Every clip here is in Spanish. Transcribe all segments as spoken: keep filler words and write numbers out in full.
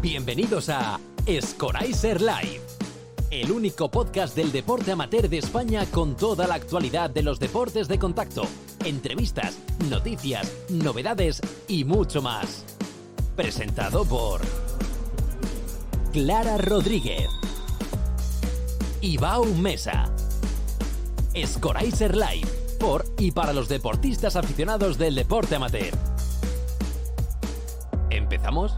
Bienvenidos a Scoraiser Live, el único podcast del deporte amateur de España con toda la actualidad de los deportes de contacto, entrevistas, noticias, novedades y mucho más. Presentado por Clara Rodríguez, Ibao Mesa. Scoraiser Live, por y para los deportistas aficionados del deporte amateur. ¿Empezamos?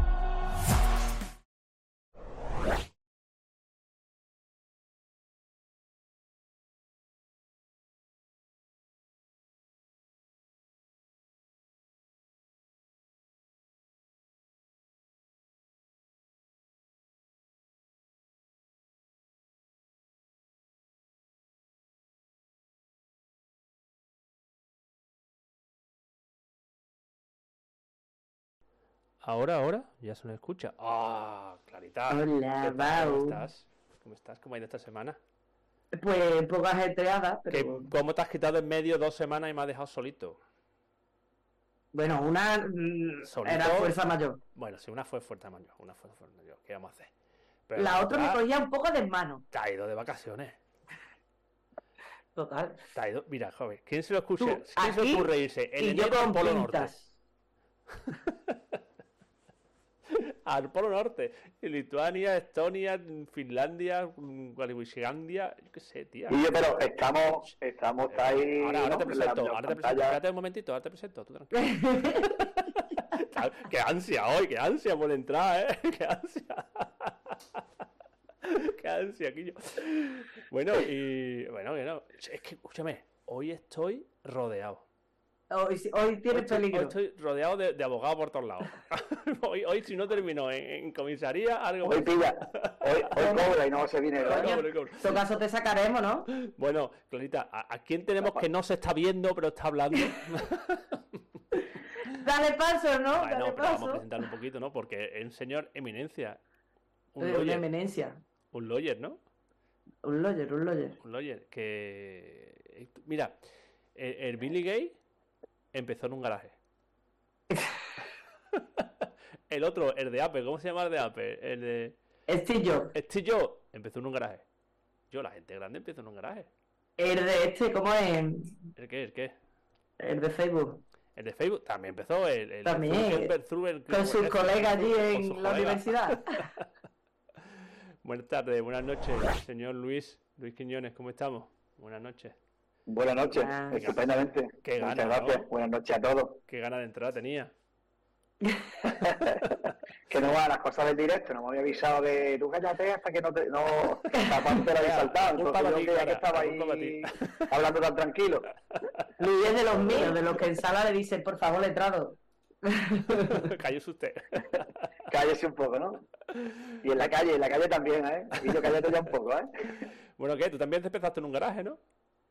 Ahora, ahora, ya se nos escucha. ¡Ah, oh, Clarita! Hola, Bau. ¿Cómo estás? ¿Cómo estás? ¿Cómo ha ido esta semana? Pues poco ajetreada, pero... ¿Qué, ¿Cómo te has quitado en medio dos semanas y me has dejado solito? Bueno, una ¿Solito? Era fuerza mayor. Bueno, sí, una fue fuerza mayor, una fue fuerza mayor. ¿Qué vamos a hacer? Pero la otra me cogía un poco de mano. Te ha ido de vacaciones. Total. Te ha ido... Mira, joven, ¿quién se lo escucha? ¿Quién aquí, se le ocurre irse? El enero al Polo Norte. Al Polo Norte, Lituania, Estonia, Finlandia, Gualeguislandia, yo qué sé, tía. Y yo, pero estamos, estamos eh, ahí. Ahora, ahora ¿no? te presento, la, ahora te presento. Espérate un momentito, ahora te presento, tú tranquilo. Qué ansia hoy, qué ansia por entrar, eh, qué ansia. Qué ansia, Quillo. Bueno, y bueno, bueno, es que, escúchame, hoy estoy rodeado. Hoy, hoy tiene hoy peligro. Estoy, hoy estoy rodeado de, de abogados por todos lados. hoy, hoy, si no termino en, en comisaría, algo Hoy pilla. Hoy, hoy cobra y no se viene. En tu caso te sacaremos, ¿no? Bueno, Clarita, ¿a, ¿a quién tenemos que no se está viendo, pero está hablando? Dale paso, ¿no? Bueno, Dale pero paso. vamos a presentarlo un poquito, ¿no? Porque es un señor eminencia. Un eh, lawyer. Una eminencia. Un lawyer, ¿no? Un lawyer, un lawyer. Un lawyer que... Mira, el, el Billy Gay empezó en un garaje. El otro, el de Apple, ¿cómo se llama el de Apple? El de... Steve Jobs. Steve Jobs empezó en un garaje. Yo, la gente grande empieza en un garaje. El de este, ¿cómo es? ¿El qué? ¿El qué? El de Facebook. El de Facebook también empezó. El, el también. El Zuber, con sus colegas allí en la universidad. Buenas tardes, buenas noches, señor Luis. Luis Quiñones, ¿cómo estamos? Buenas noches. Buenas noches, ah, estupendamente. Qué Muchas gana, gracias, ¿no? Buenas noches a todos. Qué ganas de entrada tenía. Que no va a las cosas del directo, no me había avisado de tú cállate hasta que no te no capaz te lo había saltado. Entonces yo ti, que ya que cara, estaba ahí hablando tan tranquilo. Luis es de los míos, de los que en sala le dicen, por favor, letrado. Cállese usted. Cállese un poco, ¿no? Y en la calle, en la calle también, ¿eh? Y yo cállate ya un poco, ¿eh? Bueno, ¿qué? Tú también te empezaste en un garaje, ¿no?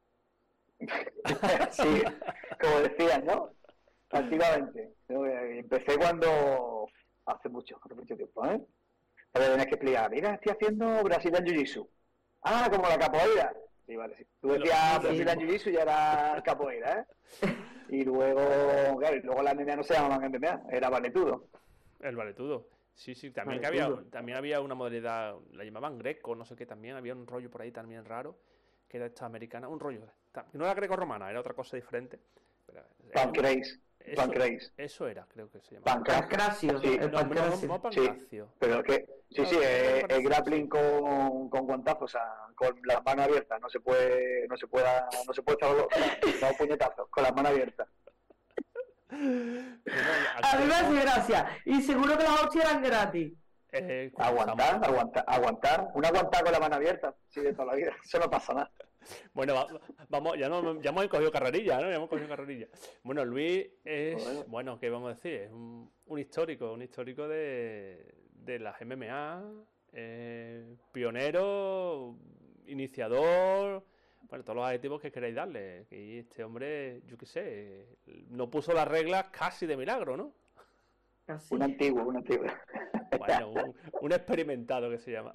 Sí, como decías, ¿no? Activamente. Empecé cuando... Hace mucho, hace mucho tiempo, ¿eh? Pero tenés que explicar, mira, estoy haciendo Brazilian Jiu-Jitsu. Ah, como la capoeira. Sí, vale, sí. Tú decías sí, Brazilian Jiu-Jitsu y ya era capoeira, ¿eh? Y luego, claro, y luego la M M A no se llamaban M M A, era valetudo. El valetudo. Sí, sí, también, que había, también había una modalidad, la llamaban greco, no sé qué, también había un rollo por ahí también raro, que era esta americana, un rollo, no era greco-romana, era otra cosa diferente. Pancrase. Eso, Pancrase. Eso era, creo que se llamaba. Pancracio. Sí. El pancracio. No, no, no Pancracio. Sí, pero que, sí, sí, es, es grappling con, con guantazos, o sea, con las manos abiertas, no se puede, no se puede, no se puede estar puñetazos, con las manos abiertas. A mí me hace gracia, y seguro que las hostias eran gratis. Eh, aguantar, aguantar, aguantar, una aguantada con la mano abierta, sí, de toda la vida, eso no pasa nada. Bueno, va, vamos, ya, no, ya hemos cogido carrerilla, ¿no? Ya hemos cogido carrerilla. Bueno, Luis es, bueno, bueno ¿qué vamos a decir? Es un, un histórico, un histórico de, de las M M A, eh, pionero, iniciador, bueno, todos los adjetivos que queráis darle. Y este hombre, yo qué sé, no puso las reglas casi de milagro, ¿no? Casi. Un antiguo, un antiguo. Bueno, un, un experimentado que se llama.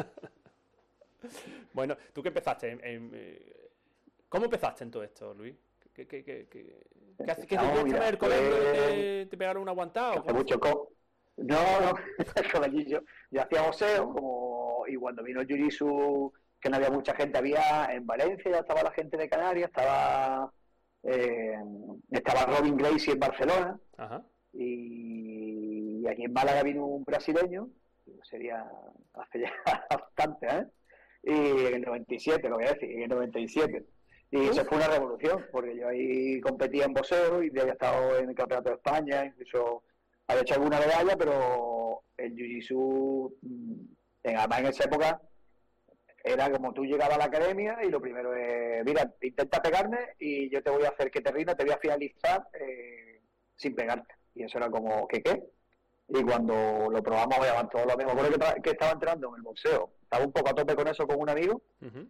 Bueno, ¿tú qué empezaste? En, en, ¿Cómo empezaste en todo esto, Luis? ¿Qué, qué, qué, qué, qué, qué, qué no, mira, el colegio pues, te, te pegaron una aguantada? Hace mucho, co No, no, con el jiu-jitsu. Yo hacía boxeo, como, y cuando vino el jiu-jitsu, que no había mucha gente, había en Valencia, ya estaba la gente de Canarias, estaba eh, estaba Robin Gracie en Barcelona. Ajá. Y, y aquí en Málaga vino un brasileño, sería hace ya bastante, ¿eh? Y en el noventa y siete, lo voy a decir, en el noventa y siete. Y eso fue una revolución, porque yo ahí competía en boxeo y había estado en el Campeonato de España, incluso había hecho alguna medalla, pero el jiu-jitsu, en, además en esa época, era como tú llegabas a la academia y lo primero es, mira, intenta pegarme y yo te voy a hacer que te rinda, te voy a finalizar eh, sin pegarte. Y eso era como, ¿qué qué? Y cuando lo probamos, veíamos todo lo mismo. Creo que, que estaba entrando en el boxeo. Estaba un poco a tope con eso con un amigo. Uh-huh.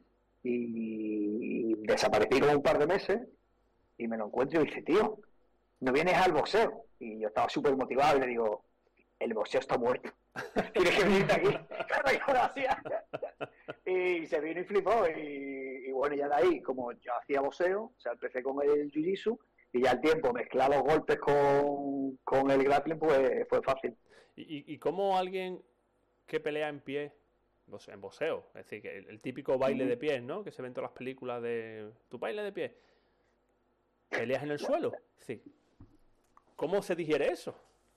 Y desaparecí como un par de meses y me lo encuentro y dice, tío, ¿no vienes al boxeo? Y yo estaba súper motivado y le digo, el boxeo está muerto, tienes que venirte aquí. Y se vino y flipó y, y bueno, ya de ahí, como yo hacía boxeo, o sea, empecé con el jiu-jitsu y ya al tiempo mezclar los golpes con, con el grappling, pues fue fácil. ¿Y, y cómo alguien que pelea en pie, en boxeo, es decir, que el, el típico baile de pies, ¿no? Que se ven en todas las películas de tu baile de pies, peleas en el suelo? Es decir, ¿cómo se digiere eso?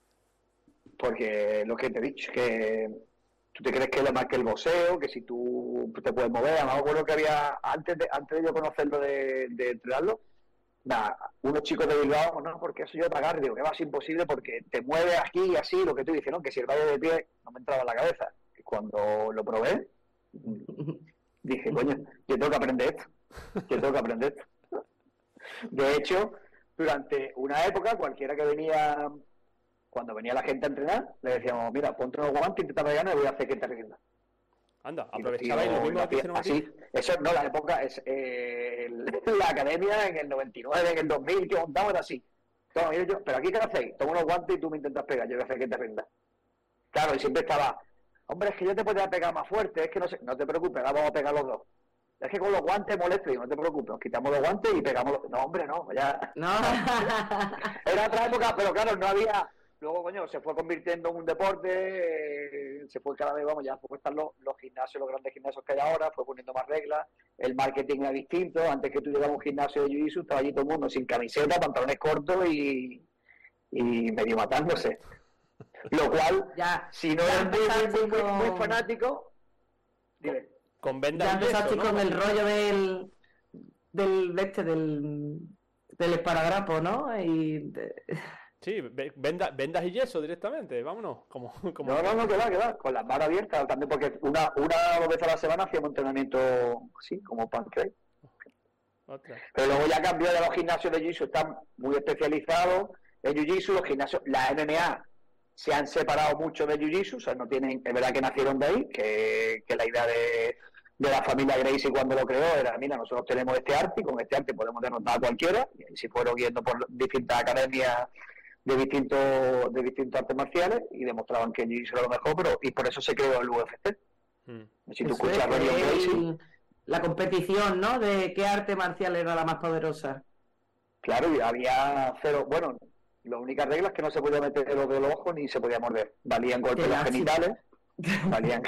Porque lo que te he dicho, que tú te crees que es lo más que el boxeo, que si tú te puedes mover, además me acuerdo que había, antes de, antes de yo conocerlo de, de entrenarlo, nada, unos chicos de Bilbao, no, porque eso yo pagar, digo, que va a ser imposible porque te mueves aquí y así, lo que tú dices, ¿no? Que si el baile de pie no me entraba en la cabeza. Cuando lo probé, dije, coño, yo tengo que aprender esto, yo tengo que aprender esto. De hecho, durante una época, cualquiera que venía, cuando venía la gente a entrenar, le decíamos, mira, ponte unos guantes, intenta pegarme y voy a hacer que te rinda. Anda, aprovechabais lo mismo que hicieron así. Eso no, la época, es eh, la academia en el noventa y nueve, en el dos mil, que montamos era así. Toma, mira yo, pero aquí ¿qué hacéis? Toma unos guantes y tú me intentas pegar, yo voy a hacer que te rinda. Claro, y siempre estaba, hombre, es que yo te podría pegar más fuerte, es que no sé, no te preocupes, ahora vamos a pegar los dos. Es que con los guantes molesto, y no te preocupes, nos quitamos los guantes y pegamos los... No, hombre, no, ya... No. Era otra época, pero claro, no había... Luego, coño, se fue convirtiendo en un deporte, eh, se fue cada vez, vamos, ya fue están los, los gimnasios, los grandes gimnasios que hay ahora, fue poniendo más reglas, el marketing era distinto, antes que tú llegabas a un gimnasio de jiu-jitsu, estaba allí todo el mundo sin camiseta, pantalones cortos y, y medio matándose. Lo cual, ya, si no eres muy, muy, muy, muy, muy fanático, dime. Con vendas ya empezaste, ¿no?, con el rollo del del este del del esparadrapo, ¿no? Y de... sí, venda, vendas y yeso directamente, vámonos. Como, como... No, no, no, que va, que va, con las manos abiertas también, porque una una o dos veces a la semana hacíamos entrenamiento así, como pancake. Otra. Pero luego ya cambió, de los gimnasios de jiu-jitsu están muy especializados en jiu-jitsu, los gimnasios, la M M A se han separado mucho de jiu-jitsu, o sea, no tienen, es verdad que nacieron de ahí, que, que la idea de, de la familia Gracie cuando lo creó era, mira, nosotros tenemos este arte y con este arte podemos derrotar a cualquiera, y si fueron yendo por distintas academias de distintos de distintos artes marciales y demostraban que el jiu-jitsu era lo mejor, pero y por eso se creó el U F C. Mm. Si tú eso escuchas es a Gracie, la competición, ¿no?, de qué arte marcial era la más poderosa. Claro, y había cero, bueno, las únicas reglas es que no se podía meter el dedo de los ojos ni se podía morder. Valían golpes los genitales, valían,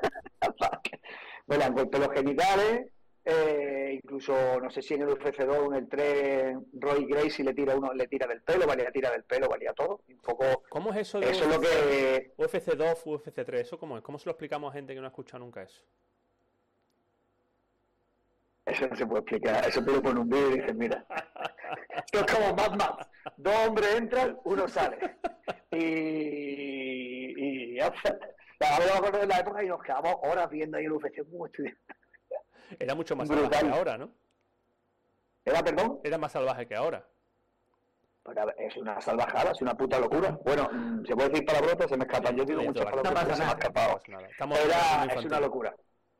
valían golpes los genitales, eh, incluso no sé si en el U F C dos o en el tres Roy Gracie le tira uno, le tira del pelo, valía tira del pelo, valía todo. Un poco. ¿Cómo es eso de eso es lo que U F C dos, U F C tres? ¿Eso cómo es? ¿Cómo se lo explicamos a gente que no ha escuchado nunca eso? Eso no se puede explicar, eso te lo pone un vídeo y dices, mira, esto es como Mad Max, dos hombres entran, uno sale, y, y ya, ahora me acuerdo de la época y nos quedamos horas viendo ahí el U F C, muy estudiando. Era mucho más salvaje que ahora, ¿no? ¿Era, perdón? Era más salvaje que ahora. Pero es una salvajada, es una puta locura. Bueno, se puede decir palabrotas, se me escapan, yo digo muchas palabrotas, se me ha escapado. Era, es una locura.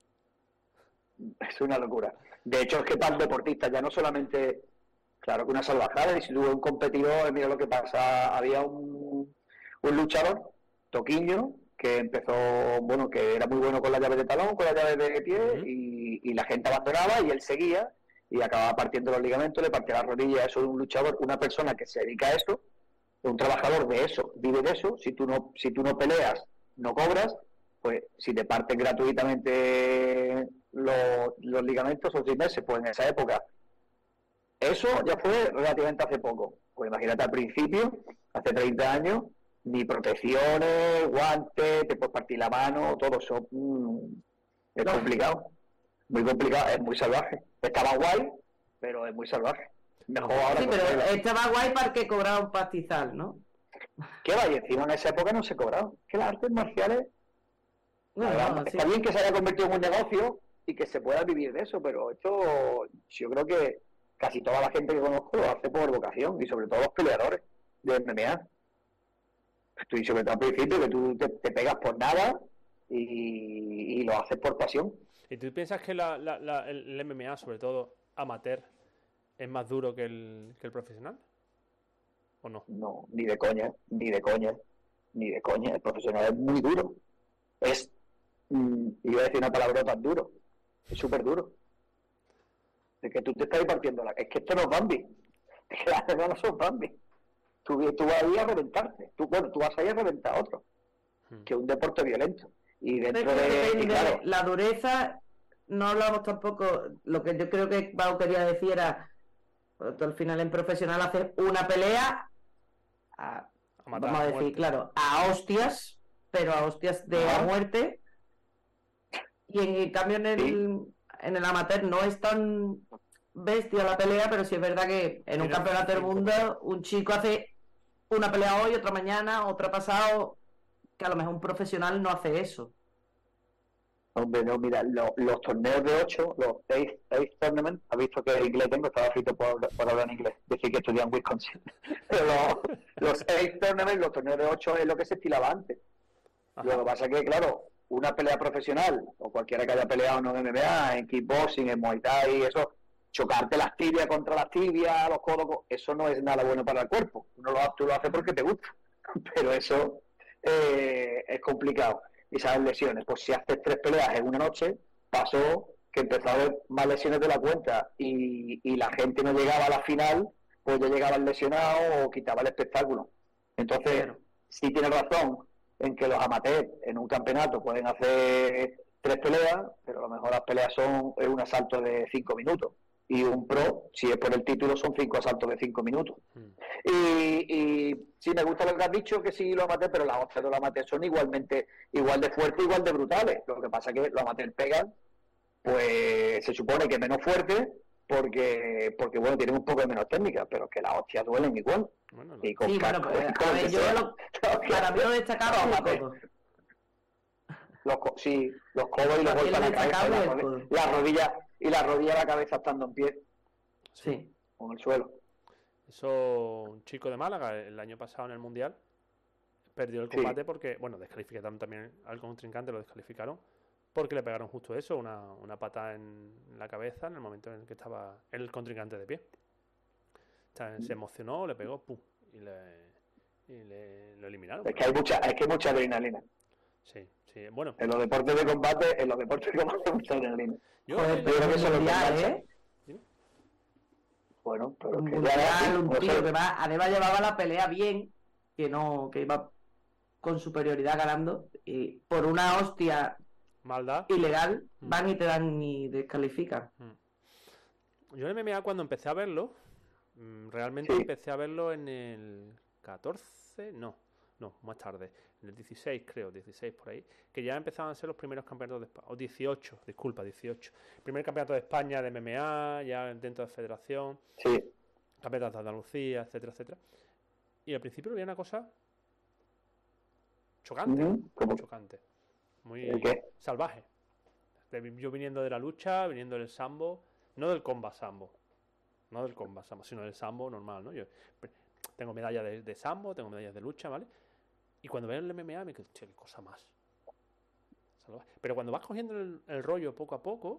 Es una locura. De hecho, es que para el deportista ya no solamente, claro que una salvajada, y si tuvo un competidor, mira lo que pasa, había un, un luchador, Toquiño, que empezó, bueno, que era muy bueno con la llave de talón, con la llave de pie, uh-huh. y, y la gente abandonaba y él seguía y acababa partiendo los ligamentos, le partía la rodilla. Eso es un luchador, una persona que se dedica a esto, un trabajador de eso, vive de eso. Si tú no, si tú no peleas, no cobras. Pues si te parten gratuitamente los, los ligamentos son seis meses, pues en esa época. Eso ya fue relativamente hace poco. Pues imagínate al principio, hace treinta años, ni protecciones, guantes, te puedes partir la mano, todo eso. Mmm, es complicado. Muy complicado, es muy salvaje. Estaba guay, pero es muy salvaje. Mejor ahora. Sí, pero estaba guay para que cobraba un pastizal, ¿no? ¿Qué va? Y encima en esa época no se cobraba. Que las artes marciales. No, Verdad, no, está sí. bien que se haya convertido en un negocio y que se pueda vivir de eso, pero esto yo creo que casi toda la gente que conozco lo hace por vocación, y sobre todo los peleadores de M M A. Estoy sobre todo al principio que tú te, te pegas por nada y, y lo haces por pasión. ¿Y tú piensas que la, la, la, el M M A, sobre todo amateur, es más duro que el, que el profesional? ¿O no? No, ni de coña, ni de coña, ni de coña. El profesional es muy duro. Es, mm, iba a decir una palabrota, duro. Es súper duro. Es que tú te estás partiendo la... Es que esto no es Bambi. Es que las demás no son Bambi. Tú, tú vas ahí a reventarte. Tú, bueno, tú vas ahí a reventar a otro. Hmm. Que es un deporte violento. Y dentro Pero de... Y claro, la dureza, no hablamos tampoco... Lo que yo creo que Pau quería decir era... Al final en profesional hacer una pelea... A, a matar, vamos a decir, muerte. Claro, a hostias... pero a hostias de ah. a muerte, y en, en cambio en el, sí. en el amateur no es tan bestia la pelea, pero sí es verdad que en un Mira, campeonato del mundo un chico hace una pelea hoy, otra mañana, otra pasado, que a lo mejor un profesional no hace eso. Hombre, no, mira, lo, los torneos de ocho, los Ace, Ace Tournament, has visto que en inglés tengo, estaba frito por, por hablar en inglés, decir que estudié en Wisconsin. Pero los, los Ace Tournament, los torneos de ocho es lo que se estilaba antes. Ajá. Lo que pasa es que, claro, una pelea profesional, o cualquiera que haya peleado en M M A, en kickboxing, en Muay Thai, eso, chocarte las tibias contra las tibias, los codos, eso no es nada bueno para el cuerpo. Uno lo, tú lo haces porque te gusta, pero eso eh, es complicado. Y sabes lesiones, pues si haces tres peleas en una noche, pasó que empezó a haber más lesiones de la cuenta y, y la gente no llegaba a la final, pues ya llegaban lesionados o quitaba el espectáculo. Entonces, claro. Sí tienes razón en que los amateurs en un campeonato pueden hacer tres peleas, pero a lo mejor las peleas son un asalto de cinco minutos. Y un pro, si es por el título, son cinco asaltos de cinco minutos. Mm. Y, y sí, me gusta lo que has dicho, que sí, los amateurs, pero las hostias de los amateurs son igualmente, igual de fuertes, igual de brutales. Lo que pasa es que los amateurs pegan, pues se supone que menos fuerte, porque, porque bueno, tienen un poco de menos técnica, pero que las hostias duelen igual. Bueno, no. Y con sí, casco, bueno, pues, a ver, yo lo, para mí lo destacado es el codo. Los, sí, los codos y los golpes a la cabeza, la, rod la rodilla y la rodilla a la cabeza estando en pie. Sí. Con el suelo. Eso, un chico de Málaga, el año pasado en el Mundial, perdió el combate sí. porque, bueno, descalificaron también al contrincante, lo descalificaron, porque le pegaron justo eso, una, una patada en la cabeza en el momento en el que estaba el contrincante de pie. O sea, se emocionó, le pegó, pum, y le, y le lo eliminaron. Es que hay mucha, es que hay mucha adrenalina. Sí, sí, bueno. En los deportes de combate, en los deportes de combate hay mucha adrenalina. Yo, Joder, yo creo que eso lo engancha. ¿Eh? Bueno, pero un que mundial, ya, un no tío sé. que va, además llevaba la pelea bien, que no, que iba con superioridad ganando, y por una hostia maldad ilegal, mm. van y te dan y descalifican. Mm. Yo en M M A cuando empecé a verlo, realmente sí. empecé a verlo en el catorce, no, no, más tarde, en el dieciséis creo, dieciséis por ahí, que ya empezaban a ser los primeros campeonatos de España, o dieciocho, disculpa, dieciocho, primer campeonato de España de M M A, ya dentro de federación, sí. campeonatos de Andalucía, etcétera, etcétera, y al principio había una cosa chocante, uh-huh. muy chocante, muy salvaje, yo viniendo de la lucha, viniendo del sambo, no del comba sambo, no del comba sambo, sino del sambo normal, ¿no? Yo tengo medallas de, de sambo, tengo medallas de lucha, ¿vale? Y cuando veo el M M A me quedo, tío, qué cosa más. Pero cuando vas cogiendo el, el rollo poco a poco...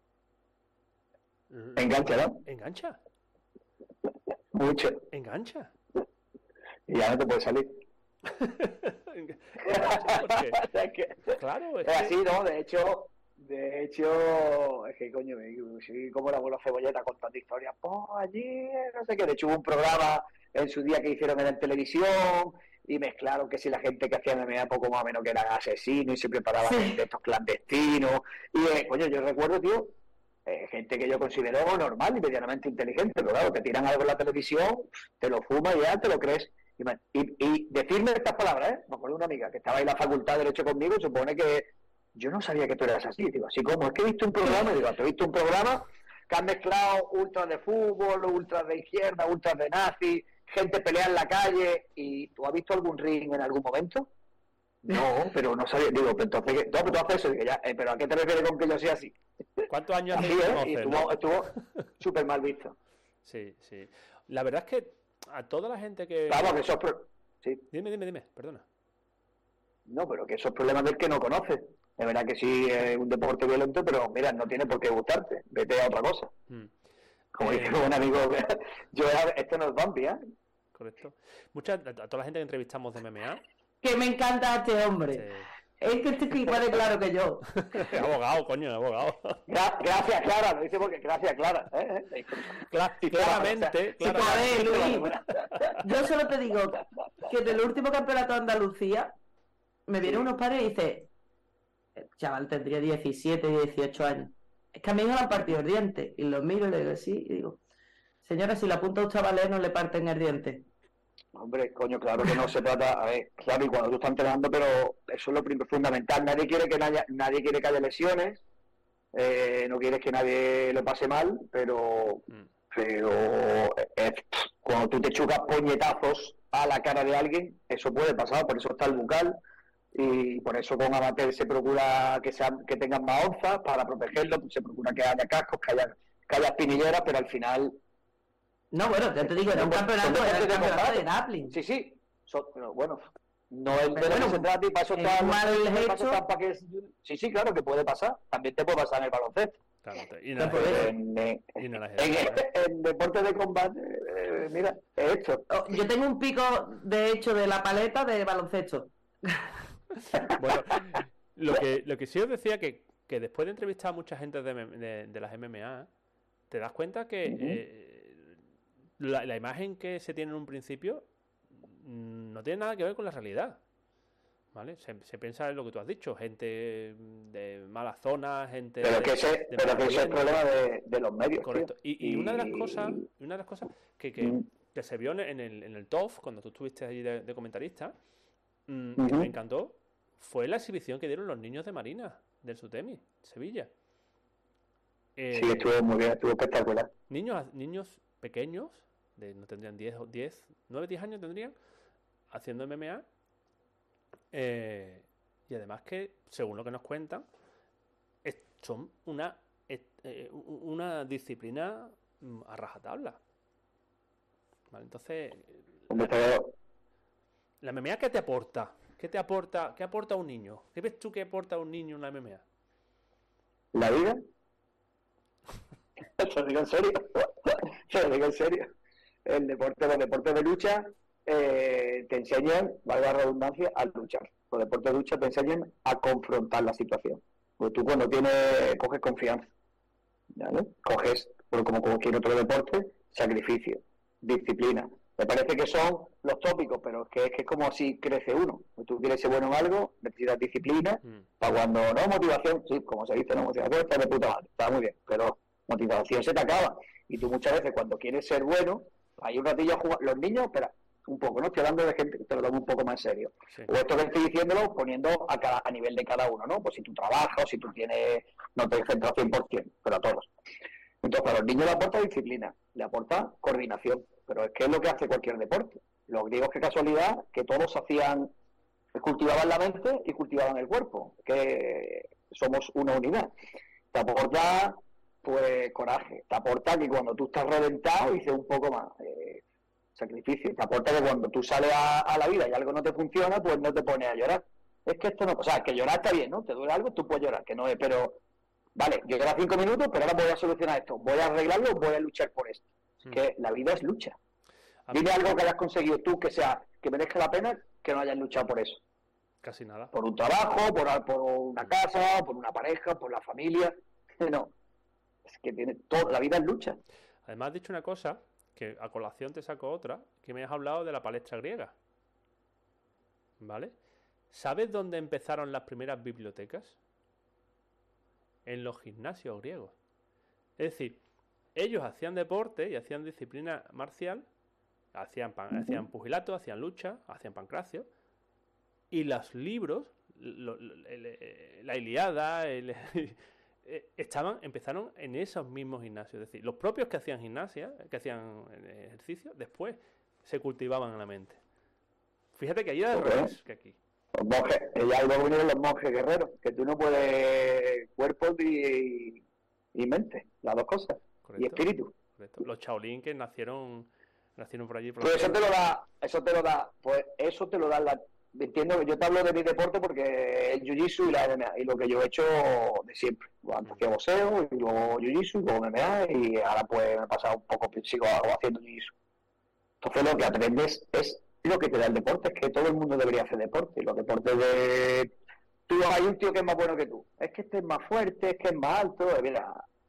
Engancha, ¿no? Engancha. Mucho. Engancha. Y ya no te puedes salir. Engancha porque... es que, claro, es, es que... así, ¿no? De hecho, De hecho, es que coño, soy como el abuelo Cebolleta contando historias. Pues allí, no sé qué. De hecho, hubo un programa en su día que hicieron en televisión y mezclaron que si la gente que hacía M M A poco más o menos que eran asesinos y se preparaban sí. de estos clandestinos. Y, eh, coño, yo recuerdo, tío, eh, gente que yo considero normal y medianamente inteligente, pero claro, te tiran algo en la televisión, te lo fumas y ya te lo crees. Y, y, y decirme estas palabras, ¿eh? Me acuerdo de una amiga que estaba en la facultad de Derecho conmigo y supone que yo no sabía que tú eras así, digo, así como es que he visto un programa, digo, te he visto un programa que han mezclado ultras de fútbol, ultras de izquierda, ultras de nazi, gente pelea en la calle, y ¿tú has visto algún ring en algún momento? No, pero no sabía, digo, pero entonces, no, pero tú haces eso, digo, ya, eh, pero ¿a qué te refieres con que yo sea así? ¿Cuántos años hace así, que ¿eh? conoces, Y estuvo, ¿no? estuvo súper mal visto. Sí, sí. La verdad es que a toda la gente que... Vamos, que esos... Pro... Sí. Dime, dime, dime, perdona. No, pero que esos problemas del que no conoces. Es verdad que sí es un deporte violento, pero mira, no tiene por qué gustarte. Vete a otra cosa. Mm. Como eh, dice un amigo, yo esto no es Bambi, ¿eh? Correcto. Mucha, a toda la gente que entrevistamos de M M A. Que me encanta este hombre. Sí. Es que estoy igual de claro que yo. Abogado, coño, abogado. Gra gracias, Clara, lo dice porque gracias, Clara. ¿eh? Cla claramente. Sí, a ver, Luis, yo solo te digo que en el último campeonato de Andalucía me vienen unos padres y dice, el chaval tendría diecisiete, dieciocho años. Es que a mi hijo le han partido el diente. Y lo miro y le digo, sí, y digo, señora, si le apunta a un chavalés no le parten el diente. Hombre, coño, claro que no se trata, a ver, claro, y cuando tú estás entrenando, pero eso es lo primero, fundamental, nadie quiere que haya, nadie quiere que haya lesiones, eh, no quieres que nadie lo pase mal, pero, mm. pero eh, cuando tú te chucas puñetazos a la cara de alguien, eso puede pasar, por eso está el bucal, y por eso con amateur se procura que sean, que tengan más onzas para protegerlo, se procura que haya cascos, que haya, que haya espinilleras, pero al final... No, bueno, ya te digo, era un campeonato, era el campeonato de grappling. Sí, sí, so, pero bueno, no es de lo que se trata y para eso está para que... Sí, sí, claro que puede pasar, también te puede pasar en el baloncesto. Claro, y no en, en, y no en, en, en deporte de combate, eh, mira, es esto. Oh, yo tengo un pico, de hecho, de la paleta de baloncesto. Bueno, lo que, lo que sí os decía que, que después de entrevistar a mucha gente de, de, de las M M A, te das cuenta que... Uh-huh. eh, La, la imagen que se tiene en un principio no tiene nada que ver con la realidad, ¿vale? Se, se piensa en lo que tú has dicho, gente de malas zonas, gente... Pero que ese, de pero que ese es el problema de, de los medios. Correcto. Y, y, y una de las cosas, una de las cosas que, que, mm. que se vio en el, en el T O F, cuando tú estuviste allí de, de comentarista, mmm, uh-huh. que me encantó, fue la exhibición que dieron los niños de Marina, del Sutemi, Sevilla. Eh, sí, estuvo muy bien, estuvo espectacular. Niños, niños pequeños, de, no tendrían diez, nueve, diez años tendrían, haciendo M M A, eh, y además que, según lo que nos cuentan, es, son una, eh, una disciplina a rajatabla. ¿Vale? Entonces, la, la M M A, ¿qué te aporta? ¿Qué te aporta? ¿Qué aporta un niño? ¿Qué ves tú que aporta un niño en la M M A? ¿La vida? ¿Te lo digo en serio? ¿Te lo digo en serio? El deporte, los deportes de lucha eh, te enseñan, valga la redundancia, a luchar. Los deportes de lucha te enseñan a confrontar la situación. Porque tú cuando tienes, coges confianza, ¿vale? Coges, como cualquier otro deporte, sacrificio, disciplina. Me parece que son los tópicos, pero es que es, que es como así crece uno. Si tú quieres ser bueno en algo, necesitas disciplina, mm. para cuando no motivación, sí, como se dice, no motivación está de puta madre, está muy bien, pero motivación se te acaba. Y tú muchas veces cuando quieres ser bueno, hay un ratillo a jugar. Los niños, espera, un poco, ¿no? Estoy hablando de gente que te lo tomo un poco más en serio. Sí. O esto que estoy diciéndolo poniendo a, cada, a nivel de cada uno, ¿no? Pues si tú trabajas o si tú tienes, no te centras cien por ciento, pero a todos. Entonces, a los niños le aporta disciplina, le aporta coordinación, pero es que es lo que hace cualquier deporte. Los griegos, qué casualidad, que todos hacían, cultivaban la mente y cultivaban el cuerpo, que somos una unidad. Te aporta, pues, coraje, te aporta que cuando tú estás reventado dices un poco más, eh, sacrificio, te aporta que cuando tú sales a, a la vida y algo no te funciona, pues no te pones a llorar. Es que esto no, o sea, que llorar está bien, ¿no? Te duele algo, tú puedes llorar, que no es, pero... Vale, yo queda cinco minutos, pero ahora voy a solucionar esto. Voy a arreglarlo, voy a luchar por esto. Mm. Que la vida es lucha. Dime algo que hayas conseguido tú que sea que merezca la pena que no hayas luchado por eso. Casi nada. Por un trabajo, por, por una casa, por una pareja, por la familia. No. Es que tiene toda la vida en lucha. Además, has dicho una cosa, que a colación te saco otra, que me has hablado de la palestra griega. ¿Vale? ¿Sabes dónde empezaron las primeras bibliotecas? En los gimnasios griegos. Es decir, ellos hacían deporte y hacían disciplina marcial, hacían, pan, hacían pugilato, hacían lucha, hacían pancracio, y los libros, lo, lo, el, la Ilíada, el, estaban, empezaron en esos mismos gimnasios. Es decir, los propios que hacían gimnasia, que hacían ejercicio, después se cultivaban en la mente. Fíjate que ahí era al revés que aquí. Los monjes, ya luego vinieron los monjes guerreros, que tú no puedes cuerpo y, y mente, las dos cosas. Correcto. Y espíritu. Correcto. Los Shaolin que nacieron nacieron por allí. Por pues eso te lo da, eso te lo da, pues eso te lo da la, entiendo que yo te hablo de mi deporte porque el jiu-jitsu y la M M A, y lo que yo he hecho de siempre. Antes hacía boxeo, y luego jiu-jitsu, y luego M M A, y ahora pues me he pasado un poco, sigo haciendo jiu-jitsu. Entonces lo que aprendes es lo que te da el deporte, es que todo el mundo debería hacer deporte. Los deportes de... Tú hay un tío que es más bueno que tú. Es que este es más fuerte, es que es más alto. Es mira...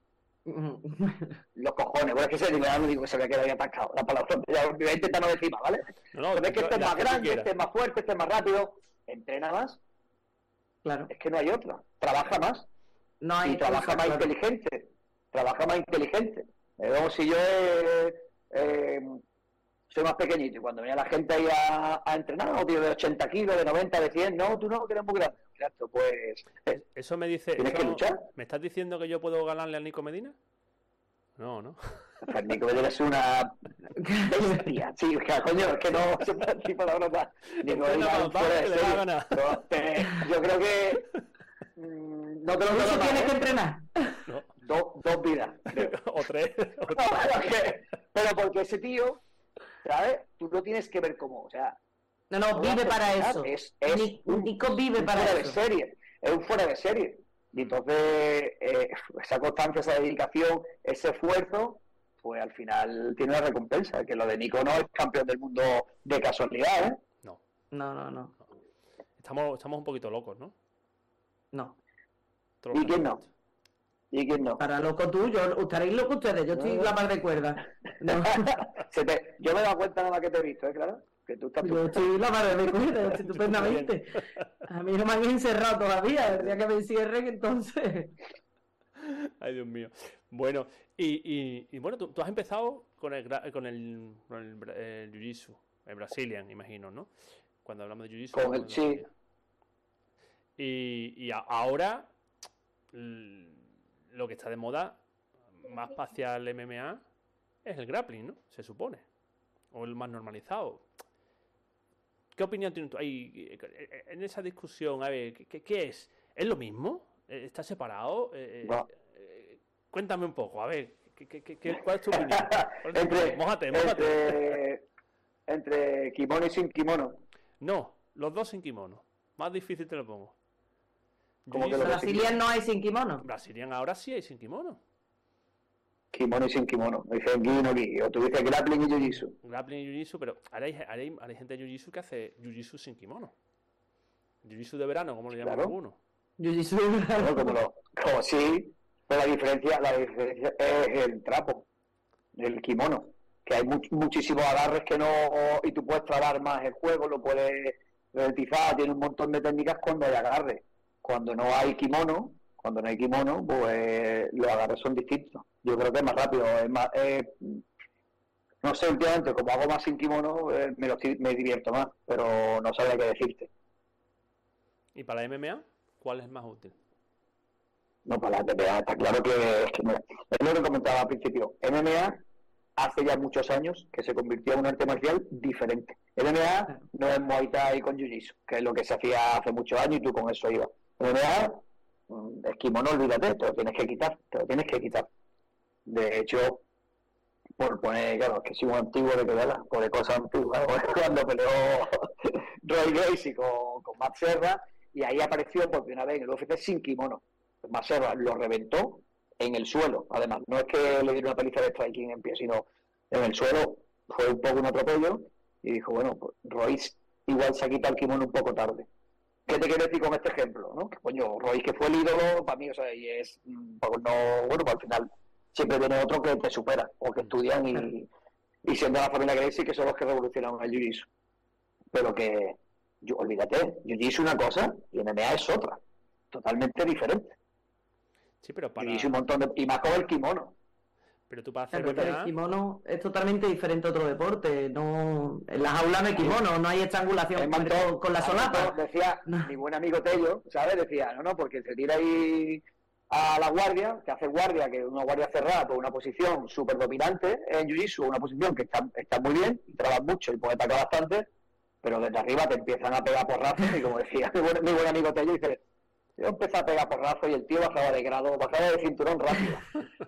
Los cojones. Bueno, es que se digo, ya no digo que se me queda ahí atascado. La palabra, ya voy a intentar no decir más, ¿vale? No, no, es que este es más grande, este es más fuerte, este es más rápido. Entrena más. Claro. Es que no hay otra. Trabaja más. No hay y trabaja cosa, más claro. inteligente. Trabaja más inteligente. Es como si yo... Eh, eh, soy más pequeñito y cuando venía la gente ahí a, a entrenar, o tío de ochenta kilos, de noventa, de cien, no, tú no, que eres muy grande. Exacto, pues... Eh, eso me dice... Tienes eso, que luchar. ¿Me estás diciendo que yo puedo ganarle al Nico Medina? No, ¿no? El Nico Medina es una bestia. Sí, que, coño, es que no se puede decir palabras más. Nico Medina es fuera de serie. Pero, eh, yo creo que... Mmm, no te lo ¿Eso tienes ¿eh? que entrenar? No. Do, dos vidas. Creo. O tres. O tres. No, pero, que, pero porque ese tío... ¿Sabes? Tú lo tienes que ver como, o sea... No, no, vive para eso. Es, es Nico un, vive un para fuera eso. de serie. Es un fuera de serie. Y entonces, eh, esa constancia, esa dedicación, ese esfuerzo, pues al final tiene una recompensa. Que lo de Nico no es campeón del mundo de casualidad, ¿eh? No. No, no, no. Estamos, estamos un poquito locos, ¿no? No. Todos ¿Y quién no? locos. ¿Y quién no? Para loco tú, yo, estaréis locos ustedes, yo estoy No. la mar de cuerda. No. Se te, yo me he dado cuenta nada más que te he visto, ¿eh? Claro. Que tú estás... Yo estoy la mar de cuerda, yo estoy estupendamente. A mí no me han encerrado todavía, el día que me encierren, entonces... Ay, Dios mío. Bueno, y, y, y bueno, tú, tú has empezado con el, con el, con el, el Jiu-Jitsu, el Brazilian, imagino, ¿no? Cuando hablamos de Jiu-Jitsu. Con el, sí. Y, y a, ahora, lo que está de moda, más hacia el M M A, es el grappling, ¿no? Se supone. O el más normalizado. ¿Qué opinión tienes tú? Ahí, en esa discusión, a ver, ¿qué, qué es? ¿Es lo mismo? ¿Está separado? Eh, no. eh, cuéntame un poco, a ver, ¿qué, qué, qué, ¿cuál es tu opinión? ¿Cuál es tu entre, opinión? Mójate, mójate. Entre, entre kimono y sin kimono. No, los dos sin kimono. Más difícil te lo pongo. ¿Cómo que lo Brasilian no hay sin kimono? Brasilian ahora sí hay sin kimono. Kimono y sin kimono. Dicen gi no gi. O tú dices grappling y jiu-jitsu. Grappling y jiu-jitsu, pero ahora hay, ahora, hay, ahora hay gente de jiu-jitsu que hace jiu-jitsu sin kimono. Jiu-jitsu de verano, como le llaman Claro. algunos. Jiu-jitsu. Bueno, como, lo, como sí, pero la diferencia, la diferencia es el trapo, el kimono. Que hay much, muchísimos agarres que no... Y tú puedes trabar más el juego, lo puedes ralentizar, tiene un montón de técnicas cuando hay agarre. Cuando no hay kimono, cuando no hay kimono, pues los agarres son distintos. Yo creo que es más rápido, es más... Eh, no sé, últimamente, como hago más sin kimono, eh, me, lo, me divierto más, pero no sabía qué decirte. ¿Y para la M M A? ¿Cuál es más útil? No, para la M M A está claro que, es que mira, es lo que comentaba al principio. M M A hace ya muchos años que se convirtió en un arte marcial diferente. M M A no es Muay Thai con Jiu-Jitsu, que es lo que se hacía hace muchos años y tú con eso ibas. M M A es kimono, olvídate, te lo tienes que quitar, te lo tienes que quitar. De hecho, por poner, claro, que soy muy antiguo de que veas, por de cosas antiguas, cuando peleó Roy Gracie con, con Matt Serra, y ahí apareció por primera vez en el U F C sin kimono. Matt Serra lo reventó en el suelo, además, no es que le diera una paliza de striking en pie, sino en el suelo, fue un poco un atropello, y dijo, bueno, pues Royce igual se ha quitado el kimono un poco tarde. ¿Qué te quiero decir con este ejemplo? ¿No? Que coño, Royce, que fue el ídolo para mí, o sea, y es, pues no, bueno, pues al final siempre viene otro que te supera, o que estudian y, y siendo la familia Gracie, que son los que revolucionaron el Jiu-Jitsu. Pero que, yo, olvídate, Jiu-Jitsu es una cosa y M M A es otra, totalmente diferente. Sí, pero para... Jiu-Jitsu un montón de... Y más con el kimono. Pero tú para hacer Claro, M M A... el kimono es totalmente diferente a otro deporte. No, en las aulas no hay kimono, no hay estrangulación con, con, con la solapa. Decía no. Mi buen amigo Tello, ¿sabes? Decía, no, no, porque se tira ahí a la guardia, te hace guardia, que es una guardia cerrada por una posición súper dominante en Jiu-Jitsu, una posición que está, está muy bien, y trabajas mucho y puedes atacar bastante, pero desde arriba te empiezan a pegar porrazos, y como decía mi buen, mi buen amigo Tello, dice, yo empecé a pegar porrazos y el tío bajaba de grado, bajaba de cinturón rápido.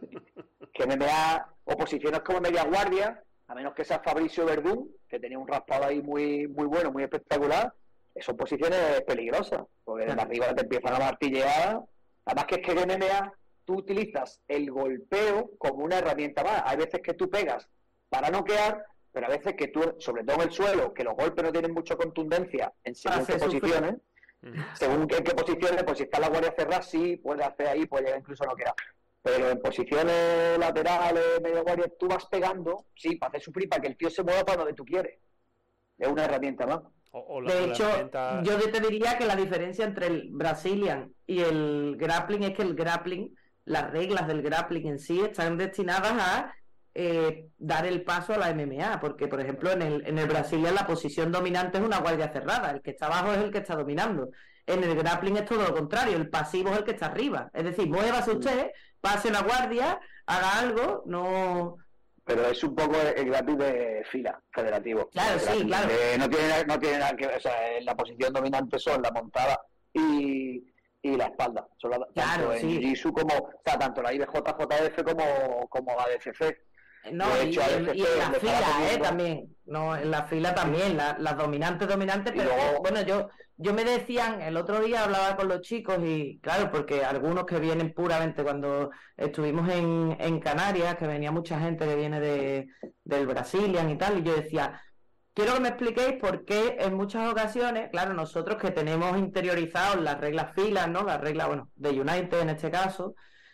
Que M M A o posiciones como media guardia, a menos que sea Fabricio Verdún, que tenía un raspado ahí muy muy bueno, muy espectacular, son posiciones peligrosas, porque desde arriba te empiezan a martillear. Además que es que en M M A tú utilizas el golpeo como una herramienta más. Hay veces que tú pegas para noquear, pero a veces que tú, sobre todo en el suelo, que los golpes no tienen mucha contundencia en según qué posiciones, uh-huh. según qué, qué posiciones, pues si está la guardia cerrada, sí, puedes hacer ahí, puedes llegar incluso a noquear. Pero en posiciones laterales, medio guardia, tú vas pegando, sí, para hacer sufrir, para que el tío se mueva para donde tú quieres. Es una herramienta más. O, o la, de hecho, herramienta... yo te diría que la diferencia entre el Brazilian y el grappling es que el grappling, las reglas del grappling en sí están destinadas a eh, dar el paso a la M M A, porque por ejemplo en el, en el Brazilian la posición dominante es una guardia cerrada, el que está abajo es el que está dominando. En el grappling es todo lo contrario, el pasivo es el que está arriba, es decir, muévase usted, pase la guardia, haga algo, no... Pero es un poco el grappling de fila federativo. Claro, sí, claro. Eh, no, tiene, no tiene nada que ver, o sea, la posición dominante son la montada y, y la espalda. Son la, claro, tanto sí. en Jiu-Jitsu como, o sea, tanto la I B J J F como, como la D C C. No, y, hecho, y, y en la fila, eh, también. No, en la fila también, la, las dominantes, dominantes, pero luego... bueno, yo yo me decían, el otro día hablaba con los chicos y claro, porque algunos que vienen puramente cuando estuvimos en, en Canarias, que venía mucha gente que viene de del Brazilian y tal, y yo decía, quiero que me expliquéis por qué en muchas ocasiones, claro, nosotros que tenemos interiorizados las reglas filas, ¿no? Las reglas, bueno, de United en este caso,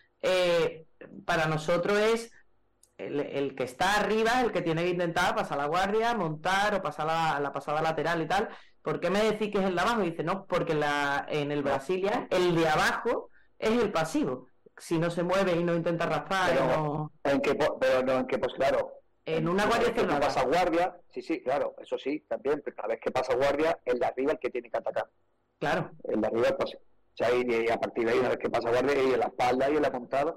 eh, para nosotros es El, el que está arriba, el que tiene que intentar pasar la guardia, montar o pasar la, la pasada lateral y tal. ¿Por qué me decís que es el de abajo? Y dice, no, porque la, en el Brasilia el de abajo es el pasivo. Si no se mueve y no intenta raspar, pero, no... ¿en qué, pero no, en qué, pues claro. En una guardia cerrada. Pasa guardia, sí, sí, claro, eso sí, también, pero cada vez que pasa guardia, el de arriba el que tiene que atacar. Claro. El de arriba el pasivo. O sea, y, y a partir de ahí, una vez que pasa guardia, y en la espalda y en la montada.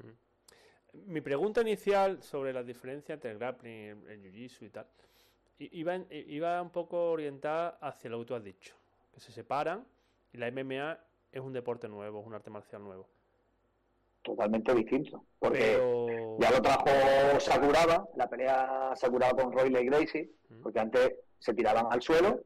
Mi pregunta inicial sobre la diferencia entre el grappling, el, el jiu-jitsu y tal, iba, en, iba un poco orientada hacia lo que tú has dicho, que se separan y la M M A es un deporte nuevo, es un arte marcial nuevo. Totalmente distinto, porque Pero... ya lo trajo Sakuraba, la pelea Sakuraba con Royce Gracie, ¿Mm? Porque antes se tiraban al suelo